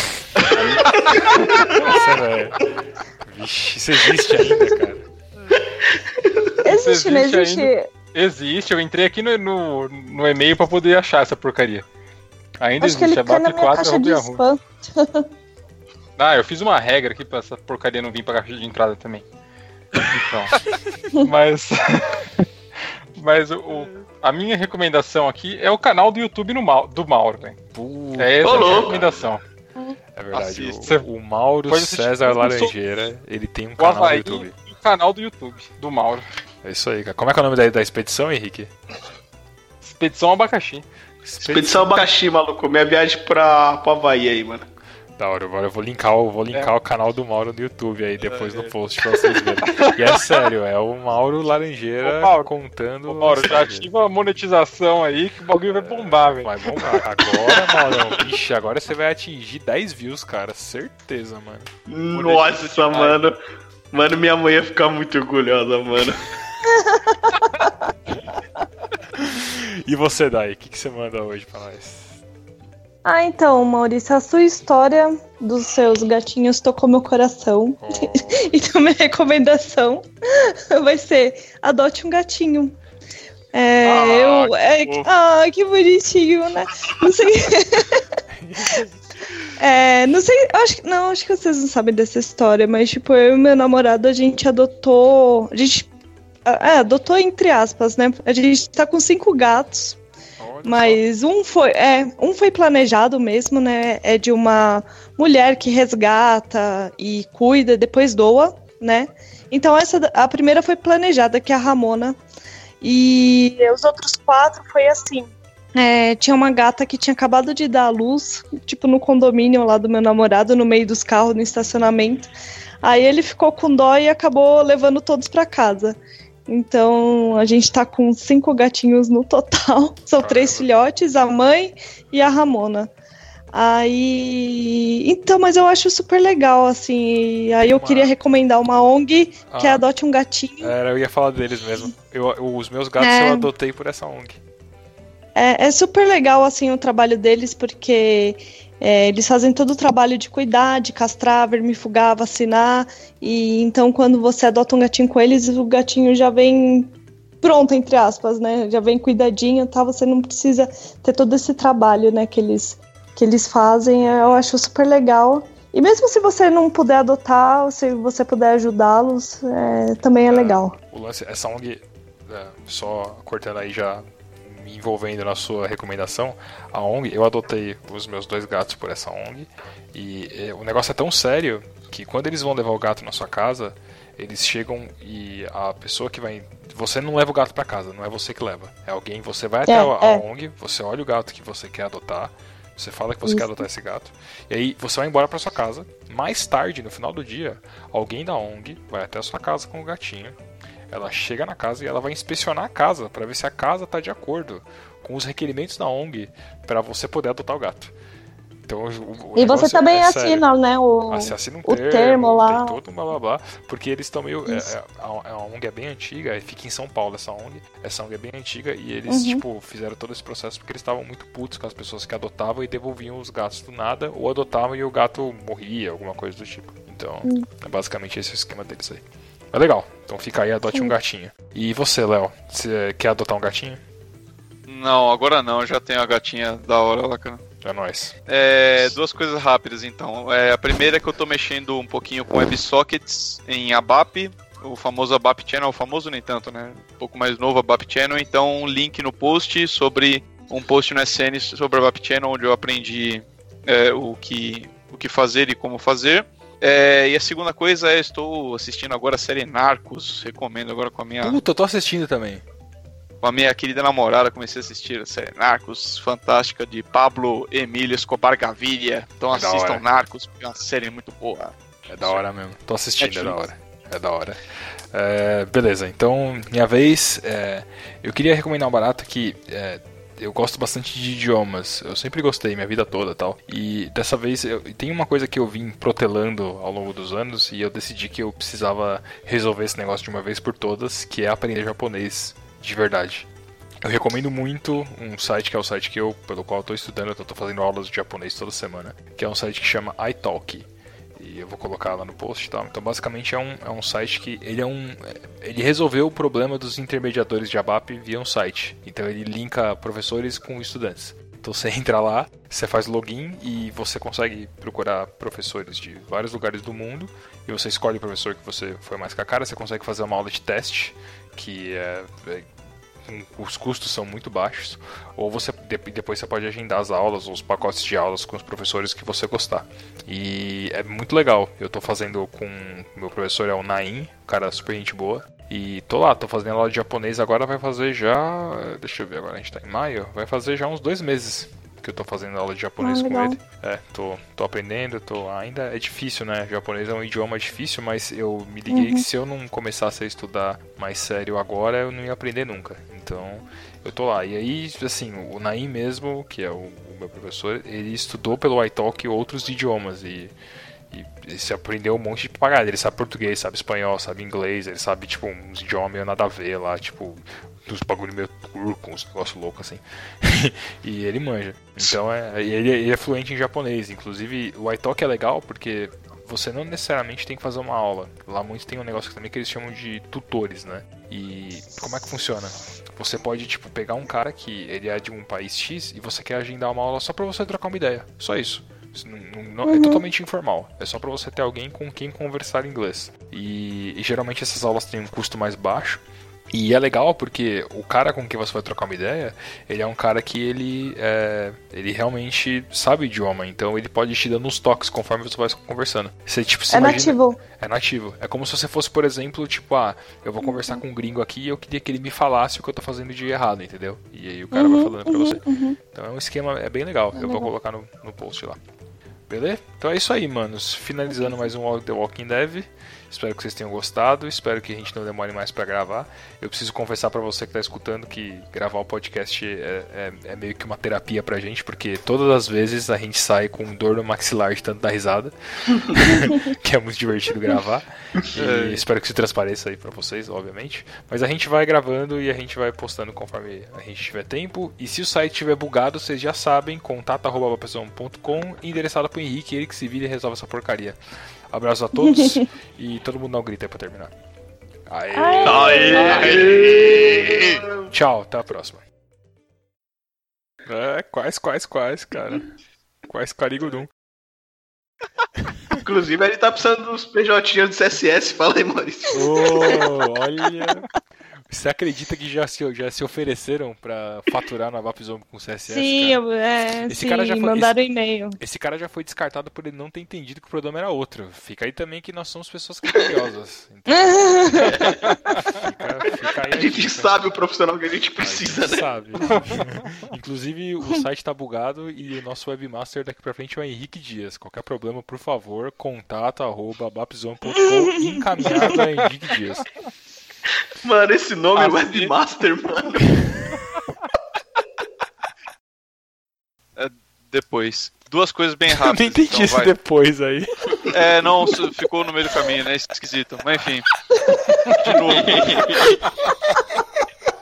Nossa, velho. Vixe, isso existe ainda, cara. Existe, não existe existe. ainda. Existe, eu entrei aqui no, no, no e-mail pra poder achar essa porcaria. Ainda Acho que existe, ele cai na abap minha quatro caixa de arroba yahoo. spam. Ah, eu fiz uma regra aqui pra essa porcaria não vir pra caixa de entrada também. Então. mas. Mas o, o- a minha recomendação aqui é o canal do YouTube no Mau- do Mauro, velho. Puta, É essa Ô, a minha louco. recomendação. é verdade. Assista. O, o Mauro Pode assistir César tudo sobre- Laranjeira, ele tem um O canal no Havaí YouTube. e o canal do YouTube, do Mauro. É isso aí, cara. Como é que é o nome da, da expedição, Henrique? Expedição Abacaxi. Expedição Abacaxi, maluco. Minha viagem pra, pro Havaí aí, mano. Da hora, agora eu vou linkar, o- vou linkar o canal do Mauro no YouTube aí depois no post pra vocês verem. E é sério, é o Mauro Laranjeira Ô, Mauro. contando. Ô, Mauro, a já história dele. ativa a monetização aí que o bagulho vai bombar, velho. Vai bombar. Agora, Maurão, ixi, agora você vai atingir dez views, cara. Certeza, mano. Nossa, mano. Mano, minha mãe ia ficar muito orgulhosa, mano. E você, Dai, o que, que você manda hoje pra nós? Ah, então, Maurício, a sua história dos seus gatinhos tocou meu coração. Oh. Então, minha recomendação vai ser: adote um gatinho. É, Ah, eu. que É, fofo. ah, que bonitinho, né? Não sei. É, não sei, acho que, não, acho que vocês não sabem dessa história, mas, tipo, eu e meu namorado, a gente adotou. A gente. É, adotou entre aspas, né? A gente tá com cinco gatos. Olha Mas um foi, é, um foi planejado mesmo, né? É de uma mulher que resgata e cuida, depois doa, né? Então essa, a primeira foi planejada, que é a Ramona. E os outros quatro foi assim. É, tinha uma gata que tinha acabado de dar à luz, tipo no condomínio lá do meu namorado, no meio dos carros, no estacionamento. Aí ele ficou com dó e acabou levando todos pra casa. Então, a gente tá com cinco gatinhos no total. São Caramba. três filhotes, a mãe e a Ramona. Aí... Então, mas eu acho super legal, assim. e Aí eu Uma- queria recomendar uma O N G que Ah. adote um gatinho. Era, eu ia falar deles mesmo. Eu, eu- os meus gatos É. eu adotei por essa O N G. É, é super legal, assim, o trabalho deles, porque é, eles fazem todo o trabalho de cuidar, de castrar, vermifugar, vacinar. E então, quando você adota um gatinho com eles, o gatinho já vem pronto, entre aspas, né? Já vem cuidadinho, tá? Você não precisa ter todo esse trabalho, né, que eles, que eles fazem. Eu acho super legal. E mesmo se você não puder adotar, ou se você puder ajudá-los, é, também é legal. O lance, essa O N G, é, só cortando aí já, me envolvendo na sua recomendação, a O N G, eu adotei os meus dois gatos por essa O N G, e é, o negócio é tão sério que quando eles vão levar o gato na sua casa, eles chegam e a pessoa que vai... Você não leva o gato pra casa, não é você que leva. É alguém, você vai até É, a, a é. O N G, você olha o gato que você quer adotar, você fala que você quer adotar esse gato, e aí você vai embora pra sua casa. Mais tarde, no final do dia, alguém da O N G vai até a sua casa com o gatinho. Ela chega na casa e ela vai inspecionar a casa para ver se a casa está de acordo com os requerimentos da O N G para você poder adotar o gato. Então, o, o E você negócio também é sério. assina, né, o, Ah, você assina um o termo, termo lá. tem todo um blá blá blá, porque eles estão meio... É, Isso. é, a, a O N G é bem antiga, fica em São Paulo essa O N G, essa O N G é bem antiga e eles, Uhum. tipo, fizeram todo esse processo porque eles estavam muito putos com as pessoas que adotavam e devolviam os gatos do nada, ou adotavam e o gato morria, alguma coisa do tipo. Então, Hum. é basicamente esse o esquema deles aí. É legal, então fica aí, adote um gatinho. E você, Léo, você quer adotar um gatinho? Não, agora não, eu já tenho a gatinha da hora lá, cara. É nóis. É, duas coisas rápidas então. É, a primeira é que eu tô mexendo um pouquinho com WebSockets em ABAP, o famoso ABAP Channel, o famoso nem tanto, né? Um pouco mais novo ABAP Channel, então um link no post sobre um post no S N sobre a ABAP Channel, onde eu aprendi é, o, que, o que fazer e como fazer. É, e a segunda coisa é, estou assistindo agora a série Narcos, recomendo agora com a minha... Puta, eu tô assistindo também. com a minha querida namorada, comecei a assistir a série Narcos, fantástica, de Pablo Emílio Escobar Gaviria. Então É da assistam hora. Narcos, porque é uma série muito boa. É da hora mesmo. Tô assistindo, é da Netflix. hora. É da hora. É, beleza, então, minha vez. é, eu queria recomendar um barato que é, eu gosto bastante de idiomas. Eu sempre gostei, minha vida toda e tal. E dessa vez, eu, tem uma coisa que eu vim protelando ao longo dos anos e eu decidi que eu precisava resolver esse negócio de uma vez por todas, que é aprender japonês de verdade. Eu recomendo muito um site que é o site que eu, pelo qual eu tô estudando, eu tô fazendo aulas de japonês toda semana, que é um site que chama iTalki. E eu vou colocar lá no post e tal. Então basicamente é um, é um site que ele é um. Ele resolveu o problema dos intermediadores de A B A P via um site. Então ele linka professores com estudantes. Então você entra lá, você faz login e você consegue procurar professores de vários lugares do mundo. E você escolhe o professor que você foi mais com a cara. Você consegue fazer uma aula de teste, que é, é os custos são muito baixos, ou você depois você pode agendar as aulas ou os pacotes de aulas com os professores que você gostar. E é muito legal. Eu tô fazendo com meu professor, é o Nain, um cara super gente boa. E tô lá, tô fazendo aula de japonês agora, vai fazer já, deixa eu ver, agora a gente tá em maio, vai fazer já uns dois meses que eu tô fazendo aula de japonês Ah, com legal. ele. É, tô, tô aprendendo, tô, ainda é difícil, né? Japonês é um idioma difícil, mas eu me liguei Uhum. que se eu não começasse a estudar mais sério agora, eu não ia aprender nunca. Então, eu tô lá. E aí, assim, o Naim mesmo, que é o, o meu professor, ele estudou pelo iTalki outros idiomas e, e ele se aprendeu um monte de papagaio. Ele sabe português, sabe espanhol, sabe inglês, ele sabe, tipo, uns idiomas meio nada a ver lá, tipo, dos bagulho meio turco, uns negócios loucos assim. E ele manja. Então, é, ele, ele é fluente em japonês. Inclusive, o iTalki é legal porque você não necessariamente tem que fazer uma aula. Lá muitos tem um negócio também que eles chamam de tutores, né? E como é que funciona? Você pode, tipo, pegar um cara que ele é de um país X e você quer agendar uma aula só pra você trocar uma ideia. Só isso. Isso não, não- não- É Uhum. totalmente informal. É só pra você ter alguém com quem conversar inglês. E, e geralmente essas aulas têm um custo mais baixo. E é legal porque o cara com quem você vai trocar uma ideia, ele é um cara que ele, é, ele realmente sabe o idioma, então ele pode te dando uns toques conforme você vai conversando. Você, tipo, se É imagina- nativo. É nativo. É como se você fosse, por exemplo, tipo, ah, eu vou conversar com um gringo aqui e eu queria que ele me falasse o que eu tô fazendo de errado, entendeu? E aí o cara vai falando pra você. Então é um esquema, é bem legal. eu vou colocar no, no post lá. Beleza? Então é isso aí, manos. Finalizando mais um The Walking Dead. Espero que vocês tenham gostado. Espero que a gente não demore mais pra gravar. Eu preciso confessar pra você que tá escutando que gravar o podcast é, é, é meio que uma terapia pra gente, porque todas as vezes a gente sai com dor no maxilar de tanto dar risada. Que é muito divertido gravar. E espero que se transpareça aí pra vocês, obviamente. Mas a gente vai gravando e a gente vai postando conforme a gente tiver tempo. E se o site estiver bugado, vocês já sabem, contato arroba vapazão ponto com, endereçado pro Henrique, ele que se vira e resolve essa porcaria. Abraço a todos e todo mundo dá um grito aí pra terminar. Aê! Aê! Tchau, até a próxima. É, quase, quase, quase, cara. Quase carigudum. Inclusive, ele tá precisando dos P J do C S S. Fala aí, Maurício. Oh, olha. Você acredita que já se, já se ofereceram pra faturar na Vapzone com C S S? Sim, cara? eu, é, Esse sim, cara já foi- mandaram e-mail. Esse cara já foi descartado por ele não ter entendido que o problema era outro. Fica aí também que nós somos pessoas criteriosas. Então, fica, fica aí A gente dica. sabe o profissional que a gente A precisa, gente né? sabe. Inclusive, o site tá bugado e o nosso webmaster daqui pra frente é o Henrique Dias. Qualquer problema, por favor, contato arroba bapzone ponto com encaminhado a Henrique Dias. Mano, esse nome é Assim- Webmaster, mano. Depois. Duas coisas bem Eu rápidas. nem entendi então, isso vai. depois aí. É, não, su- ficou no meio do caminho, né? Esquisito. Mas enfim. De novo.